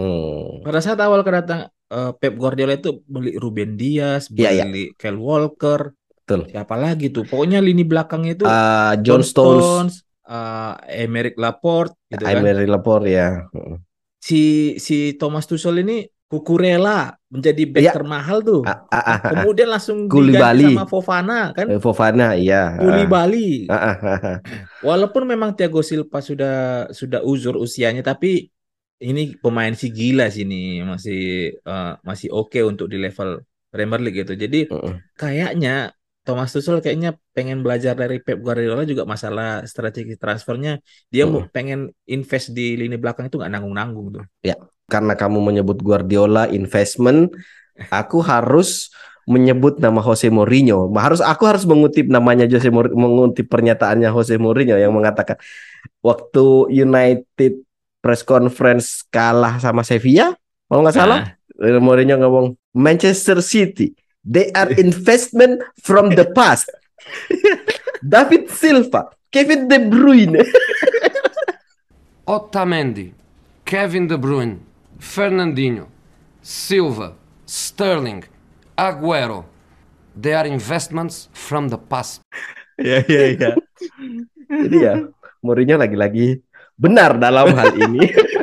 Mm. Pada saat awal kedatangan eh, Pep Guardiola itu beli Ruben Dias, Iya, iya, beli Kyle Walker, betul. siapa lagi tuh? Pokoknya lini belakangnya itu Eh, John John Stones, Stones, eh, Aymeric Laporte gitu kan. Emery Laporte ya. Mm. Si si Thomas Tuchel ini Cucurella menjadi back Iya. termahal tuh. Ah, ah, ah, ah. Kemudian langsung diganti Koulibaly, sama Fofana kan. Eh, Fofana, iya. Ah. Koulibaly. Ah, ah, ah, ah. Walaupun memang Thiago Silva sudah sudah uzur usianya, tapi ini pemain si gila sini masih eh, masih oke untuk di level Premier League gitu. Jadi Mm-mm. kayaknya Thomas Tuchel kayaknya pengen belajar dari Pep Guardiola juga masalah strategi transfernya. Dia mau Mm-mm. pengen invest di lini belakang itu nggak nanggung-nanggung tuh. Ya, karena kamu menyebut Guardiola investment, aku harus menyebut nama Jose Mourinho. Harus aku harus mengutip namanya Jose Mourinho, mengutip pernyataannya Jose Mourinho yang mengatakan waktu United press conference kalah sama Sevilla, kalau nggak salah, Nah, Mourinho ngomong Manchester City, they are investment from the past. David Silva, Kevin De Bruyne. Otamendi, Kevin De Bruyne, Fernandinho, Silva, Sterling, Aguero. They are investments from the past. ya ya ya. Jadi ya, Mourinho lagi-lagi benar dalam hal ini.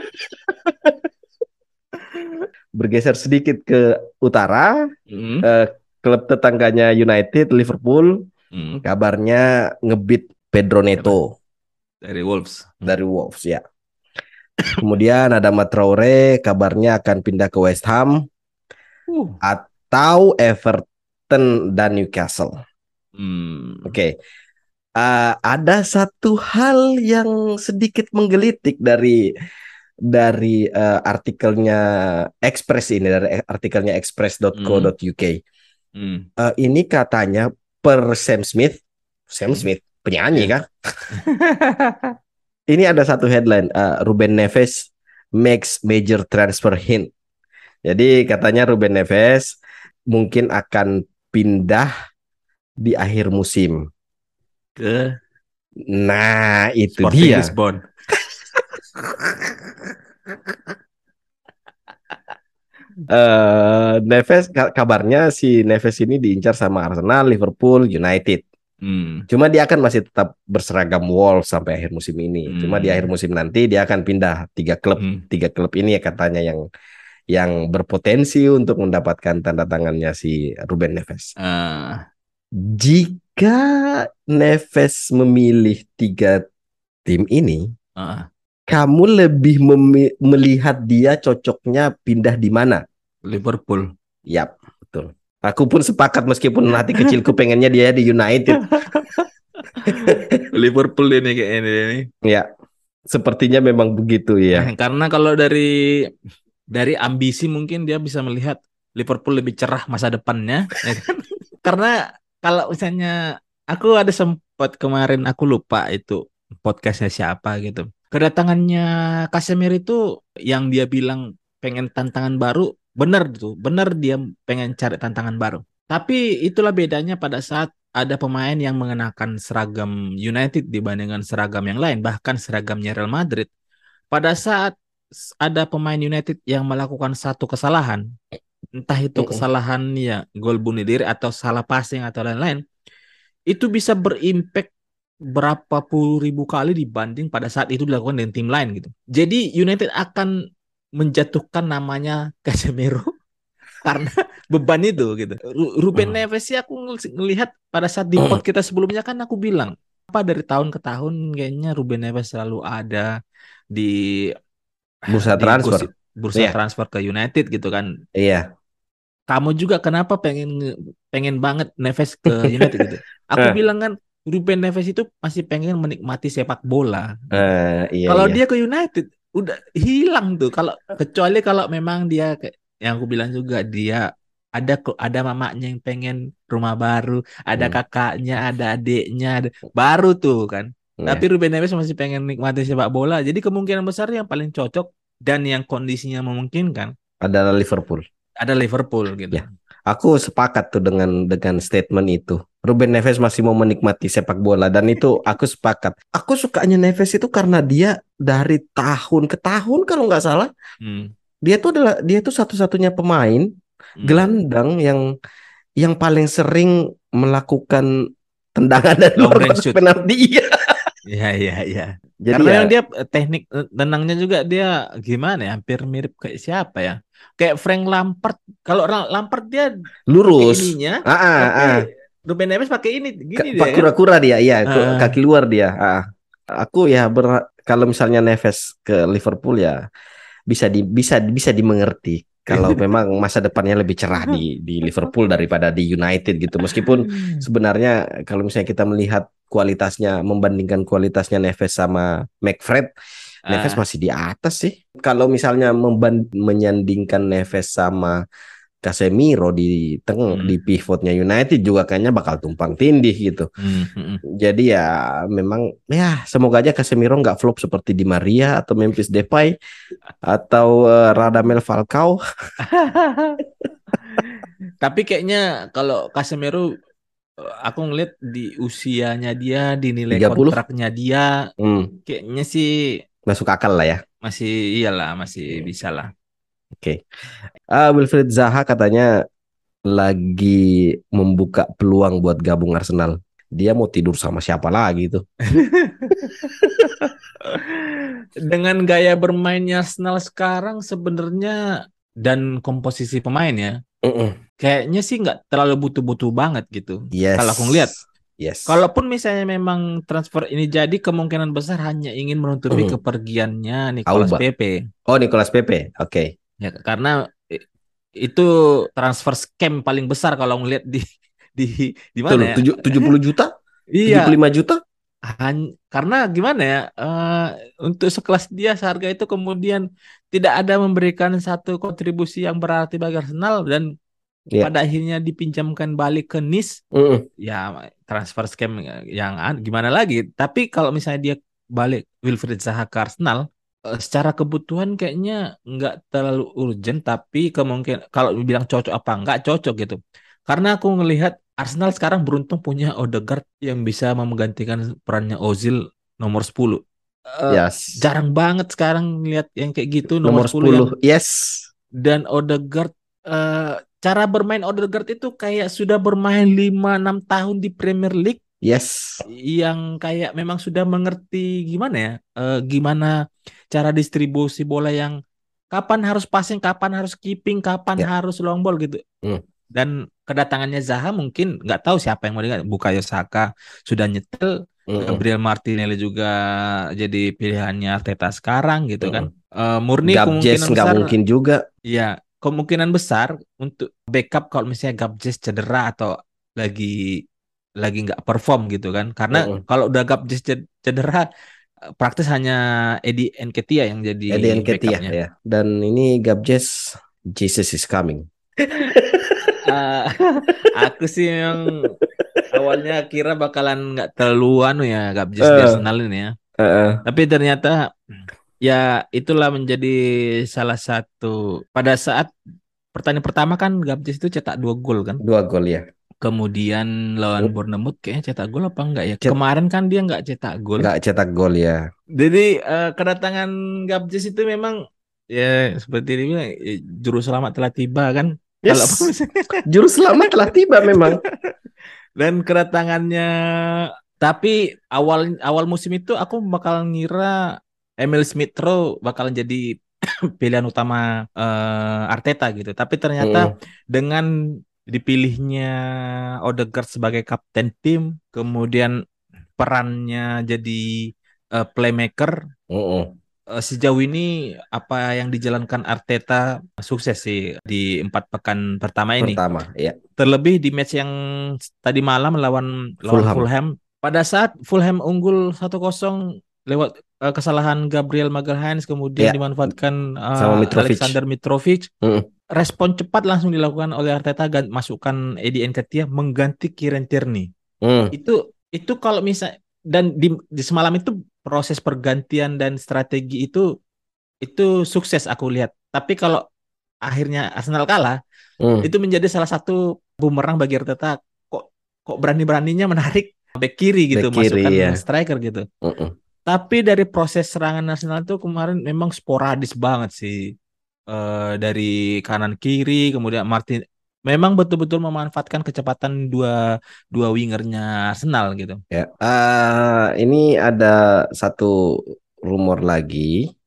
Bergeser sedikit ke utara, Hmm. eh, klub tetangganya United, Liverpool, Hmm. kabarnya ngebit Pedro Neto Dari Wolves. dari Wolves ya. Kemudian ada Matt Traore, kabarnya akan pindah ke West Ham Uh. atau Everton dan Newcastle. Hmm. Oke. Uh, ada satu hal yang sedikit menggelitik dari dari uh, artikelnya Express ini, dari artikelnya express dot co dot u k. Hmm. Uh, ini katanya per Sam Smith, Sam Hmm. Smith penyanyi Iya. kan? Ini ada satu headline, uh, Ruben Neves makes major transfer hint. Jadi katanya Ruben Neves mungkin akan pindah di akhir musim. Ke Nah, itu Sporting dia. Lisbon. Eh, Neves kabarnya si Neves ini diincar sama Arsenal, Liverpool, United. Hmm. Cuma dia akan masih tetap berseragam Wolves sampai akhir musim ini. Hmm. Cuma di akhir musim nanti dia akan pindah tiga klub. Hmm. Tiga klub ini ya katanya yang yang berpotensi untuk mendapatkan tanda tangannya si Ruben Neves. Ah. Jika Neves memilih tiga tim ini, Ah. kamu lebih memi- melihat dia cocoknya pindah di mana? Liverpool. Yap, betul. Aku pun sepakat meskipun hati kecilku pengennya dia di United. Liverpool ini kayak ini. Ya, sepertinya memang begitu ya. Karena kalau dari dari ambisi mungkin dia bisa melihat Liverpool lebih cerah masa depannya, ya kan? Karena kalau misalnya aku ada sempat kemarin aku lupa itu podcastnya siapa gitu. Kedatangannya Casemiro itu yang dia bilang pengen tantangan baru, benar tuh, benar dia pengen cari tantangan baru. Tapi itulah bedanya pada saat ada pemain yang mengenakan seragam United dibandingkan seragam yang lain, bahkan seragamnya Real Madrid. Pada saat s- ada pemain United yang melakukan satu kesalahan, entah itu Mm-mm. kesalahan ya gol bunuh diri atau salah passing atau lain-lain, itu bisa berimpact berapa puluh ribu kali dibanding pada saat itu dilakukan dengan tim lain gitu. Jadi United akan menjatuhkan namanya Casemiro karena beban itu gitu. Ru- Ruben Mm. Neves sih aku ngel- ngelihat pada saat di pod kita sebelumnya kan aku bilang apa dari tahun ke tahun kayaknya Ruben Neves selalu ada di Bursa di transfer. gosip bursa Iya, transfer ke United gitu kan. iya. Kamu juga kenapa pengen nge- pengen banget Neves ke United gitu. Aku Eh, bilang kan Ruben Neves itu masih pengen menikmati sepak bola gitu. eh, iya, Kalau iya. dia ke United udah hilang tuh. Kalau kecuali kalau memang dia kayak yang aku bilang juga dia ada kok ada mamanya yang pengen rumah baru, ada Hmm, kakaknya, ada adiknya, ada, baru tuh kan. Tapi iya. Ruben Neves masih pengen nikmati sepak bola. Jadi kemungkinan besar yang paling cocok dan yang kondisinya memungkinkan Adalah Liverpool. ada Liverpool gitu. Ya, aku sepakat tuh dengan dengan statement itu. Ruben Neves masih mau menikmati sepak bola dan itu aku sepakat. Aku sukanya Neves itu karena dia dari tahun ke tahun kalau nggak salah Hmm. dia tuh adalah dia tuh satu-satunya pemain Hmm. gelandang yang yang paling sering melakukan tendangan dari Long luar range kotak shoot. penalti. Iya. Iya, iya, iya. Jadi Karena ya yang dia eh, teknik eh, tenangnya juga dia gimana ya? Hampir mirip kayak siapa ya? Kayak Frank Lampard. Kalau Ra- Lampard dia pakai lurus. ininya, Ah, ah, tapi ah. Ruben Neves pakai ini, gini Ka- dia Pak kan? kura-kura dia, ya ku- Ah, kaki luar dia. Ah. Aku ya ber- kalau misalnya Neves ke Liverpool ya bisa di bisa bisa dimengerti kalau memang masa depannya lebih cerah di di Liverpool daripada di United gitu. Meskipun sebenarnya kalau misalnya kita melihat kualitasnya membandingkan kualitasnya Neves sama McFred, Neves ah, masih di atas sih. Kalau misalnya memban- menyandingkan Neves sama Casemiro di teng di hmm, pivotnya United juga kayaknya bakal tumpang tindih gitu. hmm, hmm. Jadi ya memang ya semoga aja Casemiro nggak flop seperti Di Maria atau Memphis Depay atau eh, Radamel Falcao. Tapi kayaknya kalau Casemiro eh, aku ngeliat di usianya dia, di nilai tiga puluh. kontraknya dia, Hmm, kayaknya sih masuk akal lah ya. masih iyalah, masih Hmm, bisa lah. oke. Ah, Wilfried Zaha katanya lagi membuka peluang buat gabung Arsenal. Dia mau tidur sama siapa lagi tuh? Dengan gaya bermainnya Arsenal sekarang sebenarnya dan komposisi pemain ya, Mm-mm. kayaknya sih nggak terlalu butuh-butuh banget gitu. Kalau aku ngeliat, Yes, yes. kalaupun misalnya memang transfer ini jadi kemungkinan besar hanya ingin menutupi Mm. kepergiannya Nicolas Auba. Pepe. Oh, Nicolas Pepe. Oke. Ya, karena i- itu transfer scam paling besar kalau ngeliat di di di Tuh mana loh, ya? tujuh- 70 juta? Iya, tujuh puluh lima juta? Han- karena gimana ya, eh, untuk sekelas dia seharga itu kemudian tidak ada memberikan satu kontribusi yang berarti bagi Arsenal dan Iya. pada akhirnya dipinjamkan balik ke Nice, Mm-mm. ya transfer scam yang an- gimana lagi. Tapi kalau misalnya dia balik Wilfried Zaha ke Arsenal, eh, secara kebutuhan kayaknya nggak terlalu urgent, tapi kemungkinan kalau bilang cocok apa nggak cocok gitu. Karena aku ngelihat Arsenal sekarang beruntung punya Odegaard yang bisa menggantikan perannya Ozil nomor sepuluh. Eh, Yes. jarang banget sekarang lihat yang kayak gitu nomor Nomor sepuluh yang sepuluh. Yes. dan Odegaard eh, cara bermain Odegaard itu kayak sudah bermain lima enam tahun di Premier League Yes. yang kayak memang sudah mengerti gimana ya, eh, gimana cara distribusi bola yang kapan harus passing, kapan harus keeping, kapan Ya. harus long ball gitu. Mm. Dan kedatangannya Zaha mungkin nggak tahu siapa yang mau dengar. Bukayo Saka sudah nyetel, Mm-mm. Gabriel Martinelli juga jadi pilihannya Arteta sekarang gitu kan. Mm-mm. Eh, murni Gabjes kemungkinan nggak besar, mungkin juga. ya kemungkinan besar untuk backup kalau misalnya Gabjes cedera atau lagi lagi nggak perform gitu kan. Karena Mm-mm. kalau udah Gabjes ced- cedera, eh, praktis hanya Eddie Nketiah yang jadi Eddie Nketiah backupnya. ya. Dan ini Gabjes, Jesus is coming. Eh, aku sih memang awalnya kira bakalan nggak terlalu anu ya Gabjes di Eh, Arsenal ini ya. eh, eh. Tapi ternyata ya itulah menjadi salah satu pada saat pertandingan pertama kan Gabjes itu cetak dua gol kan. Dua gol ya. Kemudian lawan Hmm, Bournemouth kayaknya cetak gol apa enggak ya? cet- Kemarin kan dia enggak cetak gol. nggak cetak gol ya. Jadi eh, kedatangan Gabjes itu memang ya seperti ini bilang, eh, juru selamat telah tiba kan. Kalau apa Yes, misalnya. juru selamat telah tiba memang. Dan kedatangannya, tapi awal awal musim itu aku bakal ngira Emil Smith Rowe bakal jadi pilihan utama eh, Arteta gitu. Tapi ternyata Mm-mm, dengan dipilihnya Odegaard sebagai kapten tim, kemudian perannya jadi eh, playmaker, mm-mm. eh, sejauh ini apa yang dijalankan Arteta sukses sih di empat pekan pertama ini. Pertama, ya. Terlebih di match yang tadi malam lawan lawan Fulham. Fulham. Pada saat Fulham unggul satu kosong lewat eh, kesalahan Gabriel Magalhaes kemudian Ya, dimanfaatkan sama eh, Mitrovic. Alexander Mitrovic. Mm-mm, Respon cepat langsung dilakukan oleh Arteta gan- masukkan Eddie Nketiah mengganti Kieran Tierney. mm. Itu itu kalau misal dan di, di semalam itu proses pergantian dan strategi itu itu sukses aku lihat. Tapi kalau akhirnya Arsenal kalah, Mm. itu menjadi salah satu bumerang bagi Arteta. Kok kok berani-beraninya menarik back kiri gitu, Back kiri masukkan ya. striker gitu. Mm-mm. Tapi dari proses serangan Arsenal itu kemarin memang sporadis banget sih. Eh, dari kanan kiri, kemudian Martin memang betul-betul memanfaatkan kecepatan dua dua wingernya Arsenal gitu. Ya, ah, ini ada satu rumor lagi.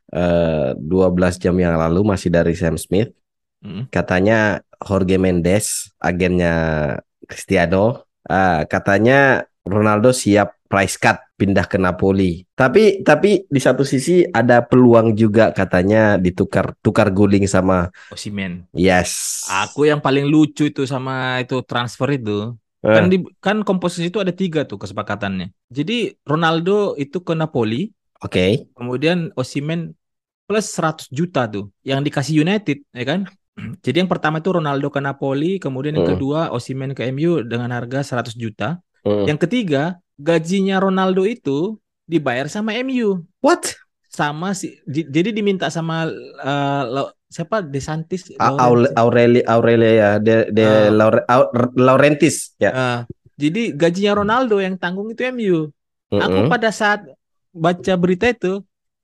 eh, dua belas jam yang lalu masih dari Sam Smith. Mm. Katanya Jorge Mendes, agennya Cristiano, ah, katanya Ronaldo siap price cut pindah ke Napoli. Tapi tapi di satu sisi ada peluang juga katanya ditukar tukar guling sama Osimhen. yes. Aku yang paling lucu itu sama itu transfer itu. Kan Eh, di kan komposisi itu ada tiga tuh kesepakatannya. Jadi Ronaldo itu ke Napoli, oke. kemudian Osimhen plus seratus juta tuh yang dikasih United, ya kan? Jadi yang pertama itu Ronaldo ke Napoli, kemudian yang Mm, kedua Osimhen ke M U dengan harga seratus juta. mm. Yang ketiga, gajinya Ronaldo itu dibayar sama M U. What? Sama si di- jadi diminta sama eh, Lau- siapa Desantis A- Lawrence. Aule- Aureli Aurelia ya, de, de Eh, Laure- Au- Laurentis ya. eh, jadi gajinya Ronaldo yang tanggung itu M U. Aku Mm-mm. pada saat baca berita itu,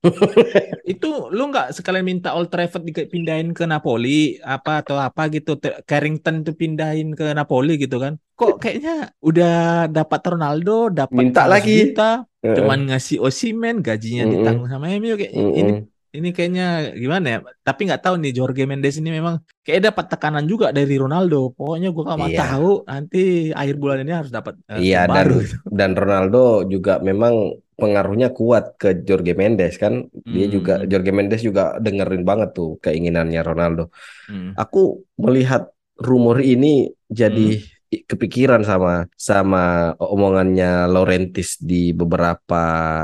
itu lu nggak sekalian minta Old Trafford dipindahin ke Napoli apa atau apa gitu, Te- Carrington tuh pindahin ke Napoli gitu kan? Kok kayaknya udah dapat Ronaldo, dapat Minta seratus lagi. juta, cuman Heeh. ngasih Osimhen gajinya Mm-mm. ditanggung sama M U kayak ini Mm-mm. ini kayaknya gimana ya? Tapi nggak tahu nih Jorge Mendes ini memang kayak dapat tekanan juga dari Ronaldo. Pokoknya gua nggak mau Iya, tahu nanti akhir bulan ini harus dapat eh, iya klub dan baru gitu. dan Ronaldo juga memang pengaruhnya kuat ke Jorge Mendes kan. Dia juga Hmm, Jorge Mendes juga dengerin banget tuh keinginannya Ronaldo. hmm, Aku melihat rumor ini jadi hmm, i- kepikiran sama sama omongannya Laurentis di beberapa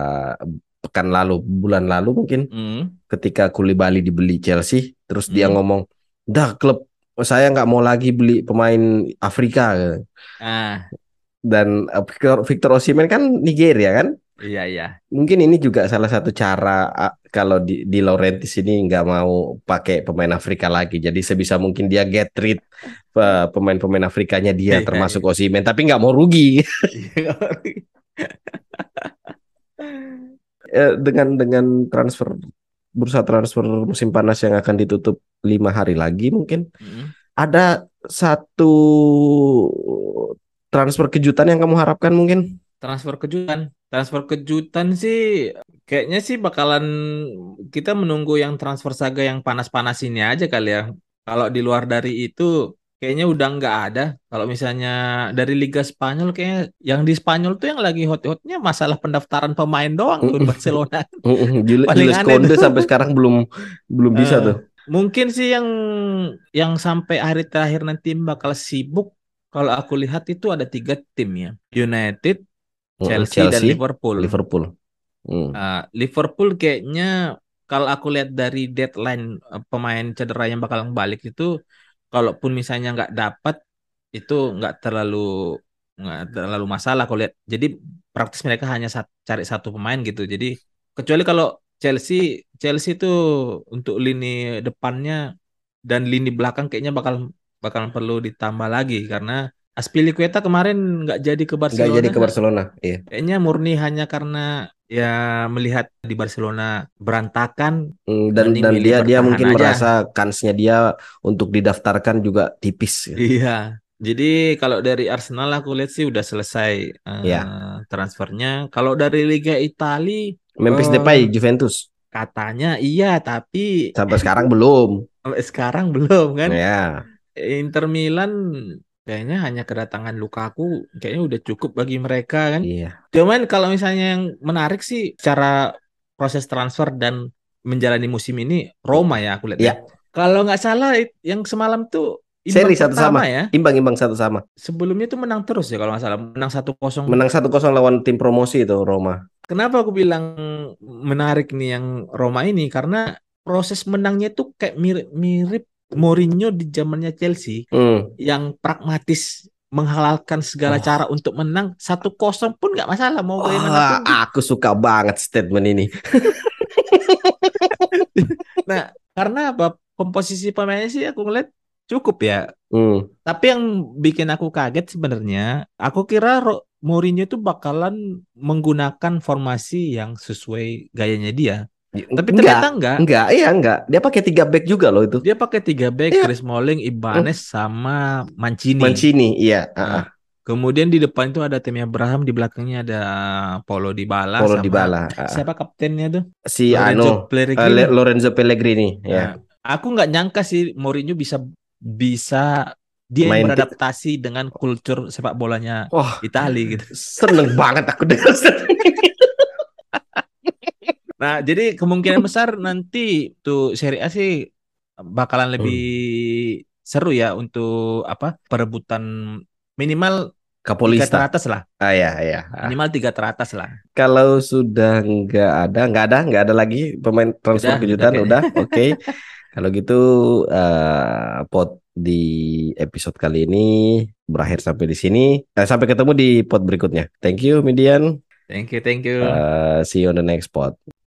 pekan lalu, bulan lalu mungkin hmm, ketika Koulibaly dibeli Chelsea, terus dia hmm. ngomong, dah klub saya nggak mau lagi beli pemain Afrika. Ah, Dan eh, Victor, Victor Osimhen kan Nigeria kan? iya iya. Mungkin ini juga salah satu cara ah, kalau di, di Laurentis ini nggak mau pakai pemain Afrika lagi. Jadi sebisa mungkin dia get rid eh, pemain-pemain Afrikanya dia Iya, termasuk iya. Osimhen, tapi nggak mau rugi. Iya. Eh, dengan dengan transfer bursa transfer musim panas yang akan ditutup lima hari lagi mungkin Mm. ada satu transfer kejutan yang kamu harapkan mungkin? Transfer kejutan. Transfer kejutan sih kayaknya sih bakalan kita menunggu yang transfer saga yang panas-panas ini aja kali ya. Kalau di luar dari itu kayaknya udah nggak ada. Kalau misalnya dari Liga Spanyol kayaknya yang di Spanyol tuh yang lagi hot-hotnya masalah pendaftaran pemain doang tuh Barcelona. Jul- Paling Jules aneh Kounde tuh. sampai sekarang belum belum bisa Eh, tuh. mungkin sih yang yang sampai hari terakhir nanti bakal sibuk. Kalau aku lihat itu ada tiga tim ya. United, Mm-mm, Chelsea, dan Chelsea, Liverpool. Liverpool. Mm. Uh, Liverpool kayaknya kalau aku lihat dari deadline uh, pemain cedera yang bakal balik itu, kalaupun misalnya nggak dapat itu nggak terlalu nggak terlalu masalah aku lihat. Jadi praktis mereka hanya sat- cari satu pemain gitu. Jadi kecuali kalau Chelsea Chelsea itu untuk lini depannya dan lini belakang kayaknya bakal bakal perlu ditambah lagi karena Azpilicueta kemarin nggak jadi ke Nggak jadi Barcelona. ke Barcelona. Iya. Kayaknya murni hanya karena ya melihat di Barcelona berantakan, Hmm, Dan mending dan milih dia dia bertahan mungkin aja. merasa kansnya dia untuk didaftarkan juga tipis. Ya. Iya. Jadi kalau dari Arsenal aku lihat sih udah selesai Ya. eh, transfernya. Kalau dari Liga Italia Memphis eh, Depay Juventus katanya iya, tapi sampai sekarang belum. sampai sekarang belum kan. Ya. Inter Milan kayaknya hanya kedatangan Lukaku kayaknya udah cukup bagi mereka kan. Iya. Cuman kalau misalnya yang menarik sih cara proses transfer dan menjalani musim ini Roma ya aku lihat ya. Ya. Kalau nggak salah it- yang semalam tuh Seri imbang satu sama. pertama ya. Imbang-imbang satu sama. Sebelumnya tuh menang terus ya kalau nggak salah. Menang satu kosong. Menang satu kosong lawan tim promosi itu Roma. Kenapa aku bilang menarik nih yang Roma ini? Karena proses menangnya tuh kayak mirip-mirip Mourinho di zamannya Chelsea Hmm. yang pragmatis menghalalkan segala cara Oh. untuk menang satu kosong pun nggak masalah mau Wah, bagaimanapun tuh. aku suka banget statement ini. Nah, karena apa? Komposisi pemainnya sih aku ngeliat cukup ya. Hmm. Tapi yang bikin aku kaget sebenarnya, aku kira Ro- Mourinho itu bakalan menggunakan formasi yang sesuai gayanya dia. Tapi Enggak, ternyata enggak. enggak, iya enggak. Dia pakai tiga back juga loh itu. Dia pakai tiga back, Iya, Chris Smalling, hmm. Ibanez, sama Mancini. Mancini, iya. Ah, Nah, ah. kemudian di depan itu ada Tammy Abraham, di belakangnya ada Paulo Dybala Paulo sama Dybala. Ah, ah. siapa kaptennya tuh? Si Lorenzo Ano, eh, Pellegrini. Le- Lorenzo Pellegrini, ya. Nah, aku nggak nyangka sih Mourinho bisa bisa dia yang Main ti- beradaptasi dengan kultur sepak bolanya Wah, Italia gitu. seneng banget aku dengar statement ini. Nah, jadi kemungkinan besar nanti tuh Serie A sih bakalan lebih Hmm. seru ya untuk apa perebutan minimal tiga Kapolista. teratas lah. Ah ya, ya. Ah. Minimal tiga teratas lah. Kalau sudah nggak ada, nggak ada, nggak ada lagi pemain transfer Udah, udah kejutan, kayaknya. udah, oke. Kalau gitu, eh pot di episode kali ini berakhir sampai di sini. Eh, sampai ketemu di pot berikutnya. Thank you, Midian. Thank you, thank you. Uh, see you on the next pod.